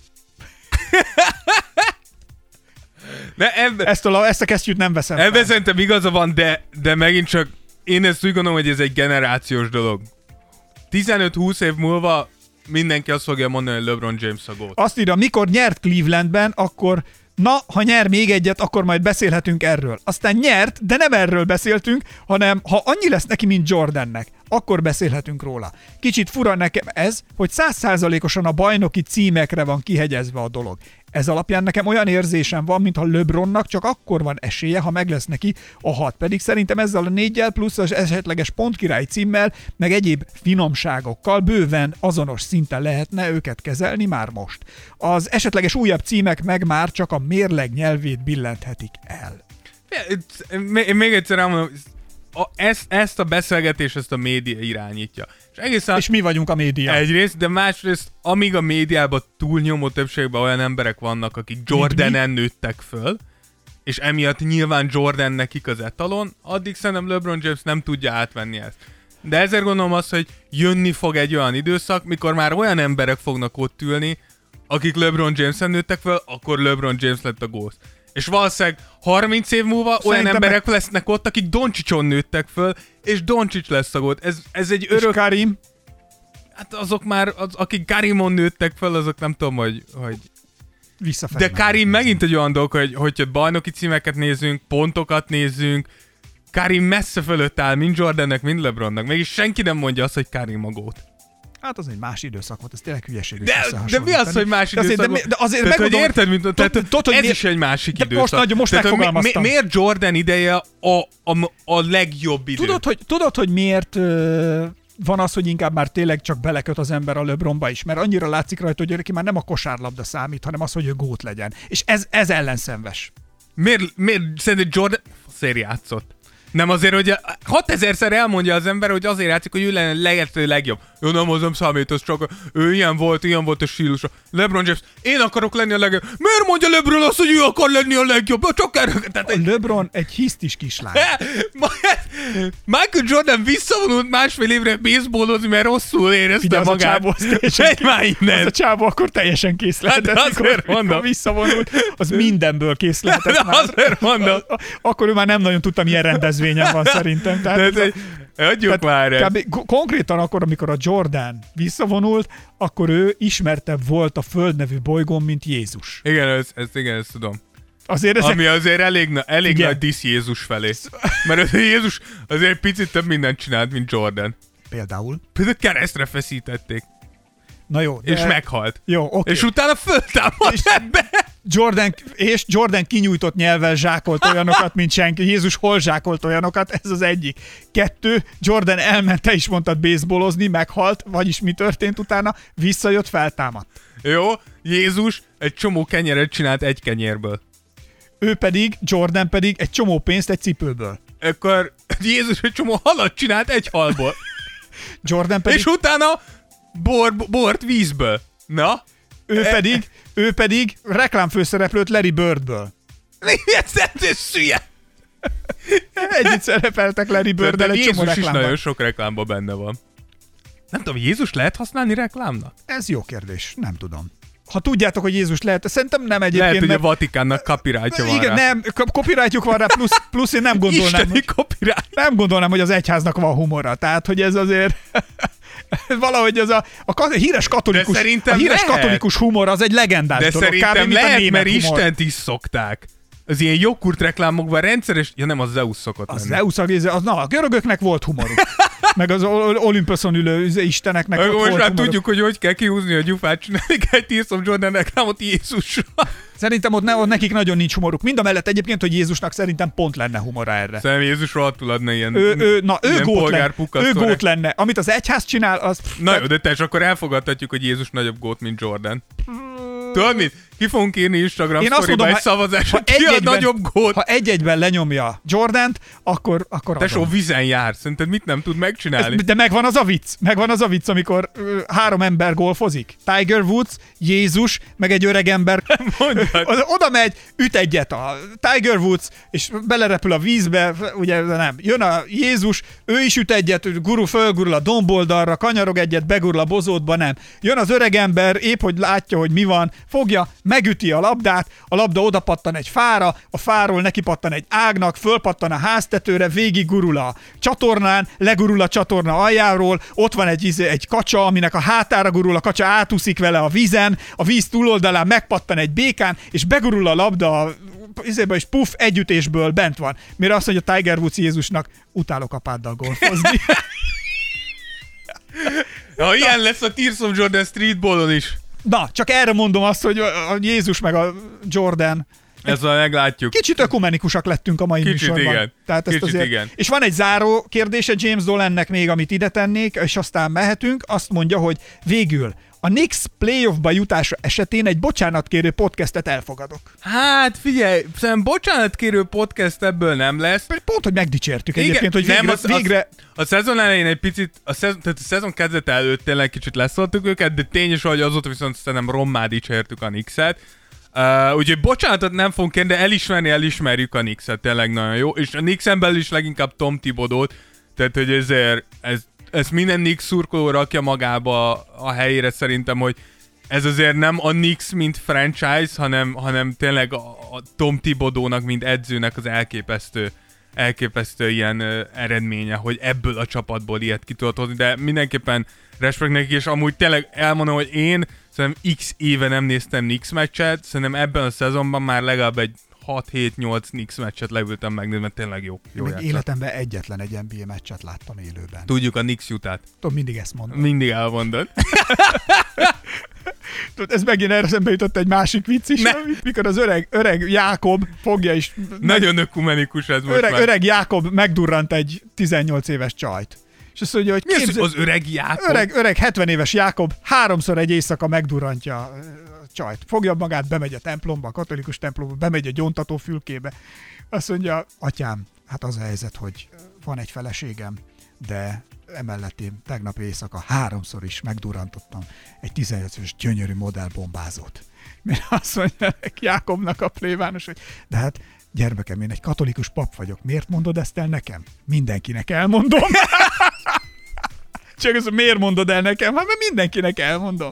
Ezt a kesztyűt nem veszem fel. Ebben szerintem igaza van, de megint csak én ezt úgy gondolom, hogy ez egy generációs dolog. 15-20 év múlva mindenki azt fogja mondani, hogy LeBron James a GOAT. Azt írja, mikor nyert Clevelandben, akkor ha nyer még egyet, akkor majd beszélhetünk erről. Aztán nyert, de nem erről beszéltünk, hanem ha annyi lesz neki, mint Jordannek, akkor beszélhetünk róla. Kicsit fura nekem ez, hogy 100%-osan a bajnoki címekre van kihegyezve a dolog. Ez alapján nekem olyan érzésem van, mintha LeBronnak csak akkor van esélye, ha meg lesz neki a 6. Pedig szerintem ezzel a 4-jel plusz az esetleges pontkirály címmel, meg egyéb finomságokkal bőven azonos szinten lehetne őket kezelni már most. Az esetleges újabb címek meg már csak a mérleg nyelvét billenthetik el. Még egyszer elmondom, ezt a beszélgetést, ezt a média irányítja. És mi vagyunk a média. Egyrészt, de másrészt, amíg a médiában túlnyomó többségben olyan emberek vannak, akik Jordanen nőttek föl, és emiatt nyilván Jordan nekik az etalon, addig szerintem LeBron James nem tudja átvenni ezt. De ezért gondolom azt, hogy jönni fog egy olyan időszak, mikor már olyan emberek fognak ott ülni, akik LeBron James-en nőttek föl, akkor LeBron James lett a GOAT. És valószínűleg 30 év múlva olyan emberek lesznek ott, akik Doncsicson nőttek föl, és Doncsics lesz a GOAT. Ez egy örök... És Karim? Hát azok már, akik Karimon nőttek föl, azok nem tudom, hogy... De Karim megint egy olyan dolog, hogyha bajnoki címeket nézünk, pontokat nézzünk, Karim messze fölött áll, mind Jordannek, mind LeBronnak. Mégis senki nem mondja azt, hogy Karim a GOAT. Hát az egy más időszak volt, ez tényleg hülyeség. De mi az, hogy más időszak volt? De azért tehát, megmondom, hogy érted, mint ez is egy másik időszak. Most megfogalmaztam. Miért Jordan ideje a legjobb idő? Tudod, hogy miért van az, hogy inkább már tényleg csak beleköt az ember a LeBronba is, mert annyira látszik rajta, hogy neki már nem a kosárlabda számít, hanem az, hogy ő gót legyen. És ez ellenszenves. Miért szerinted Jordan játszott? Nem azért, hogy 6000-szer elmondja az ember, hogy azért játszik, hogy ő lenne legjobb. Jó, nem számít, az csak ő ilyen volt a stílusa. LeBron James, én akarok lenni a legjobb. Miért mondja LeBron azt, hogy ő akar lenni a legjobb? Csak erre. LeBron egy hisztis kislány. Michael Jordan visszavonult 1,5 évre baseballozni, mert rosszul érezte magát. Az a csávó akkor teljesen kész lehetett, amikor visszavonult. Az mindenből kész lehetett már. Azért mondom. Akkor ő már nem nagyon tudtam, milyen rendezvényen van szerintem. Adjuk már ezt. Konkrétan akkor, amikor a Jordan visszavonult, akkor ő ismertebb volt a Föld nevű bolygón, mint Jézus. Igen, ezt tudom. Azért ami azért elég nagy disz Jézus felé. Mert Jézus azért picit több mindent csinált, mint Jordan. Például keresztre feszítették. Na jó. És meghalt. Jó, oké. És utána föltámadt ebbe. Jordan kinyújtott nyelvvel zsákolt olyanokat, mint senki. Jézus hol zsákolt olyanokat? Ez az egyik. 2. Jordan elment, te is mondtad, baseballozni, meghalt, vagyis mi történt utána? Visszajött, feltámadt. Jó, Jézus egy csomó kenyeret csinált egy kenyérből. Jordan pedig egy csomó pénzt egy cipőből. Akkor Jézus egy csomó halat csinált egy halból. Jordan pedig... És utána bort vízből. Na? Ő pedig reklámfőszereplőt Larry Birdből. Ez szülye! Együtt szerepeltek Larry Birddel egy csomó reklámban. Jézus is nagyon sok reklámban benne van. Nem tudom, Jézus lehet használni reklámnak? Ez jó kérdés, nem tudom. Ha tudjátok, hogy Jézus lehet, szerintem nem egyébként. Lehet, hogy a Vatikánnak copyrightja van igen, rá. Nem, copyrightjuk van rá, plusz én nem gondolnám. Isteni copyright. Nem gondolnám, hogy az egyháznak van humora. Tehát, hogy ez azért... valahogy ez a híres katolikus humor az egy legendás de dolog. Szerintem lehet, mert Istent is szokták. Az ilyen joghurt reklámokban rendszeres... Ja nem, az Zeus szokott lenni. A görögöknek volt humoruk. Meg az Olympusson ülő isteneknek volt humoruk. Most már tudjuk, hogy kell kihúzni a gyufát, csinálni egy Tears of Jordan reklámot Jézusra. Szerintem ott nekik nagyon nincs humoruk. Mind a mellett egyébként, hogy Jézusnak szerintem pont lenne humora erre. Szerintem Jézus rohadtul adna ilyen gót lenne. Amit az egyház csinál, az... Na jó, de akkor elfogadhatjuk, hogy Jézus nagyobb gót, mint Jordan. Tudod mit? Ki fogunk írni Instagram sztoriba egy szavazás, hogy ki a nagyobb gót. Ha egy-egyben lenyomja Jordant, akkor Tesó, vízen jár. Szerinted mit nem tud megcsinálni? De megvan az a vicc, amikor 3 ember golfozik. Tiger Woods, Jézus, meg egy öreg ember. Oda megy, üt egyet a Tiger Woods, és belerepül a vízbe, ugye nem. Jön a Jézus, ő is üt egyet, fölgurul a domboldalra, kanyarog egyet, begurul a bozótba, nem. Jön az öreg ember, épp hogy látja, hogy mi van, fogja, megüti a labdát, a labda odapattan egy fára, a fáról nekipattan egy ágnak, fölpattan a háztetőre, végig gurul a csatornán, legurul a csatorna aljáról, ott van egy kacsa, aminek a hátára gurul, a kacsa átúszik vele a vízen, a víz túloldalán megpattan egy békán, és begurul a labda és puff, együttésből bent van. Mire azt mondja Tiger Woods Jézusnak, utálok apáddal golfozni. Ilyen lesz a Tears of Jordan streetballon is. Na, csak erre mondom azt, hogy a Jézus meg a Jordan. Ezzel meglátjuk. Kicsit ökumenikusak lettünk a mai műsorban. Igen. Tehát ezt Kicsit azért... igen. És van egy záró kérdése James Dolannek még, amit ide tennék, és aztán mehetünk. Azt mondja, hogy végül a Knicks playoffba jutása esetén egy bocsánatkérő podcastet elfogadok. Hát figyelj, szerintem bocsánatkérő podcast ebből nem lesz. Pont, hogy megdicsértük egyébként, hogy végre... A szezon elején egy picit, tehát a szezon kezdete előtt tényleg kicsit leszóltuk őket, de tény is, hogy azóta viszont szerintem rommá dicsértük a Knicks-et. Úgyhogy bocsánatot nem fogunk kérni, de elismerjük a Knicks-et, tényleg nagyon jó. És a Knicks-en belül is leginkább Tom Thibodeau-t, tehát hogy ezért ez minden Knicks szurkoló rakja magába a helyére szerintem, hogy ez azért nem a Knicks, mint franchise, hanem tényleg a Tom Thibodeau-nak, mint edzőnek az elképesztő ilyen eredménye, hogy ebből a csapatból ilyet ki tudod hozni, de mindenképpen respekt neki, és amúgy tényleg elmondom, hogy én szerintem x éve nem néztem Knicks meccset, szerintem ebben a szezonban már legalább egy 6-7-8 Knicks meccset leültem megnézni, mert tényleg jó Még életemben egyetlen egy NBA meccset láttam élőben. Tudjuk a Knicks Utah-t. Tudom, mindig ezt mondom. Mindig elmondod. Tudod, ez megint eszembe jutott egy másik vicc is, mikor az öreg Jákob fogja is... Nagyon ökumenikus ez most már. Öreg Jákob megdurrant egy 18 éves csajt. És azt mondja, hogy mi az öreg Jákob? Öreg 70 éves Jákob 3-szor egy éjszaka megdurrantja a csajt. Fogja magát, bemegy a templomba, a katolikus templomba, bemegy a gyóntató fülkébe. Azt mondja, atyám, hát az a helyzet, hogy van egy feleségem, de emellett én tegnap éjszaka 3-szor is megdurrantottam egy 18 éves gyönyörű modellbombázót. Mert azt mondja Jákobnak a plébános, hogy de hát gyermekem, én egy katolikus pap vagyok. Miért mondod ezt el nekem? Mindenkinek elmondom. Csak az, miért mondod el nekem? Hát mert mindenkinek elmondom.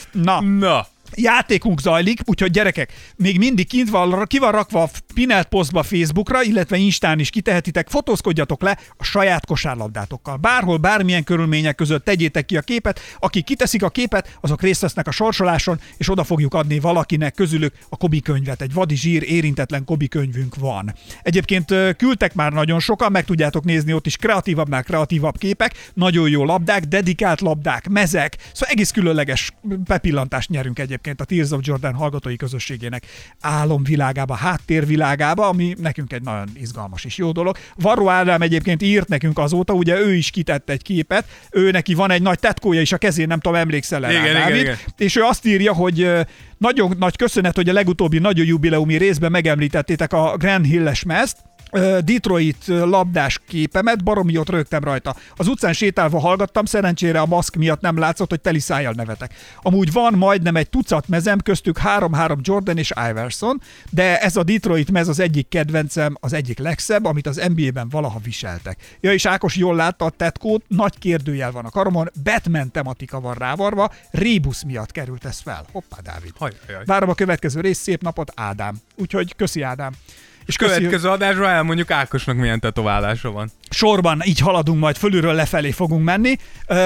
Na. Játékunk zajlik, úgyhogy gyerekek, még mindig ki van rakva a Pinelt Postba Facebookra, illetve Instán is kitehetitek, fotózkodjatok le a saját kosárlabdátokkal. Bárhol, bármilyen körülmények között tegyétek ki a képet, akik kiteszik a képet, azok részt vesznek a sorsoláson, és oda fogjuk adni valakinek közülük a Kobi könyvet. Egy vadi zsír, érintetlen Kobi könyvünk van. Egyébként küldtek már nagyon sokan, meg tudjátok nézni ott is kreatívabbnál kreatívabb képek, nagyon jó labdák, dedikált labdák, mezek, szóval egész különleges bepillantást nyerünk egyébként a Tears of Jordan hallgatói közösségének álomvilágába, háttérvilágába, ami nekünk egy nagyon izgalmas és jó dolog. Varró Ádám egyébként írt nekünk azóta, ugye ő is kitett egy képet, ő neki van egy nagy tetkója is a kezén, nem tudom, emlékszel rá, igen. És ő azt írja, hogy nagyon nagy köszönet, hogy a legutóbbi nagyon jubileumi részben megemlítettétek a Grand Hill-es mezt, Detroit labdás képemet, baromi jót rögtem rajta. Az utcán sétálva hallgattam, szerencsére a maszk miatt nem látszott, hogy teli szájjal nevetek. Amúgy van majdnem egy tucat mezem, köztük 3-3 Jordan és Iverson, de ez a Detroit mez az egyik kedvencem, az egyik legszebb, amit az NBA-ben valaha viseltek. Ja, és Ákos jól látta a tetkót, nagy kérdőjel van a karomon, Batman tematika van rávarva, Rébusz miatt került ez fel. Hoppá, Dávid. Várom a következő rész, szép napot, Ádám. Úgyhogy köszi, Ádám. És következő adásra elmondjuk Ákosnak milyen tetoválása van. Sorban így haladunk, majd fölülről lefelé fogunk menni.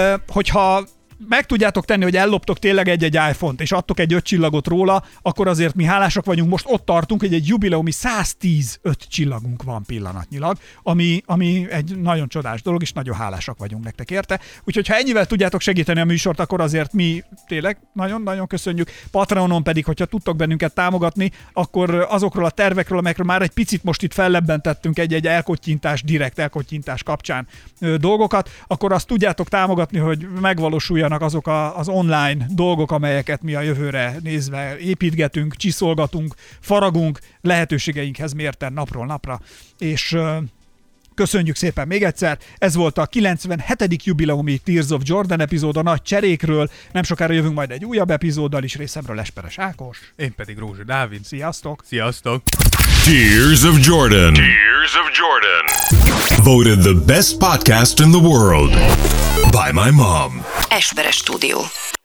Hogyha meg tudjátok tenni, hogy elloptok tényleg egy iPhone-t, és adtok egy 5 csillagot róla, akkor azért mi hálásak vagyunk. Most ott tartunk, hogy egy jubileumi 110 5 csillagunk van pillanatnyilag, ami egy nagyon csodás dolog, és nagyon hálásak vagyunk nektek érte. Úgyhogy ha ennyivel tudjátok segíteni a műsort, akkor azért mi tényleg nagyon-nagyon köszönjük. Patreonon pedig, hogyha tudtok bennünket támogatni, akkor azokról a tervekről, amelyekről már egy picit most itt fellebbentettünk egy elkottyintás, direkt elkottyintás kapcsán dolgokat, akkor azt tudjátok támogatni, hogy megvalósuljanak azok az online dolgok, amelyeket mi a jövőre nézve építgetünk, csiszolgatunk, faragunk, lehetőségeinkhez mérten napról napra, és köszönjük szépen még egyszer. Ez volt a 97. jubileumi Tears of Jordan epizód a nagy cserékről. Nem sokára jövünk majd egy újabb epizóddal is, részemről Esperes Ákos. Én pedig Rózsa Dávid. Sziasztok! Sziasztok! Tears of Jordan. Tears of Jordan. Voted the best podcast in the world by my mom. Esperes Stúdió.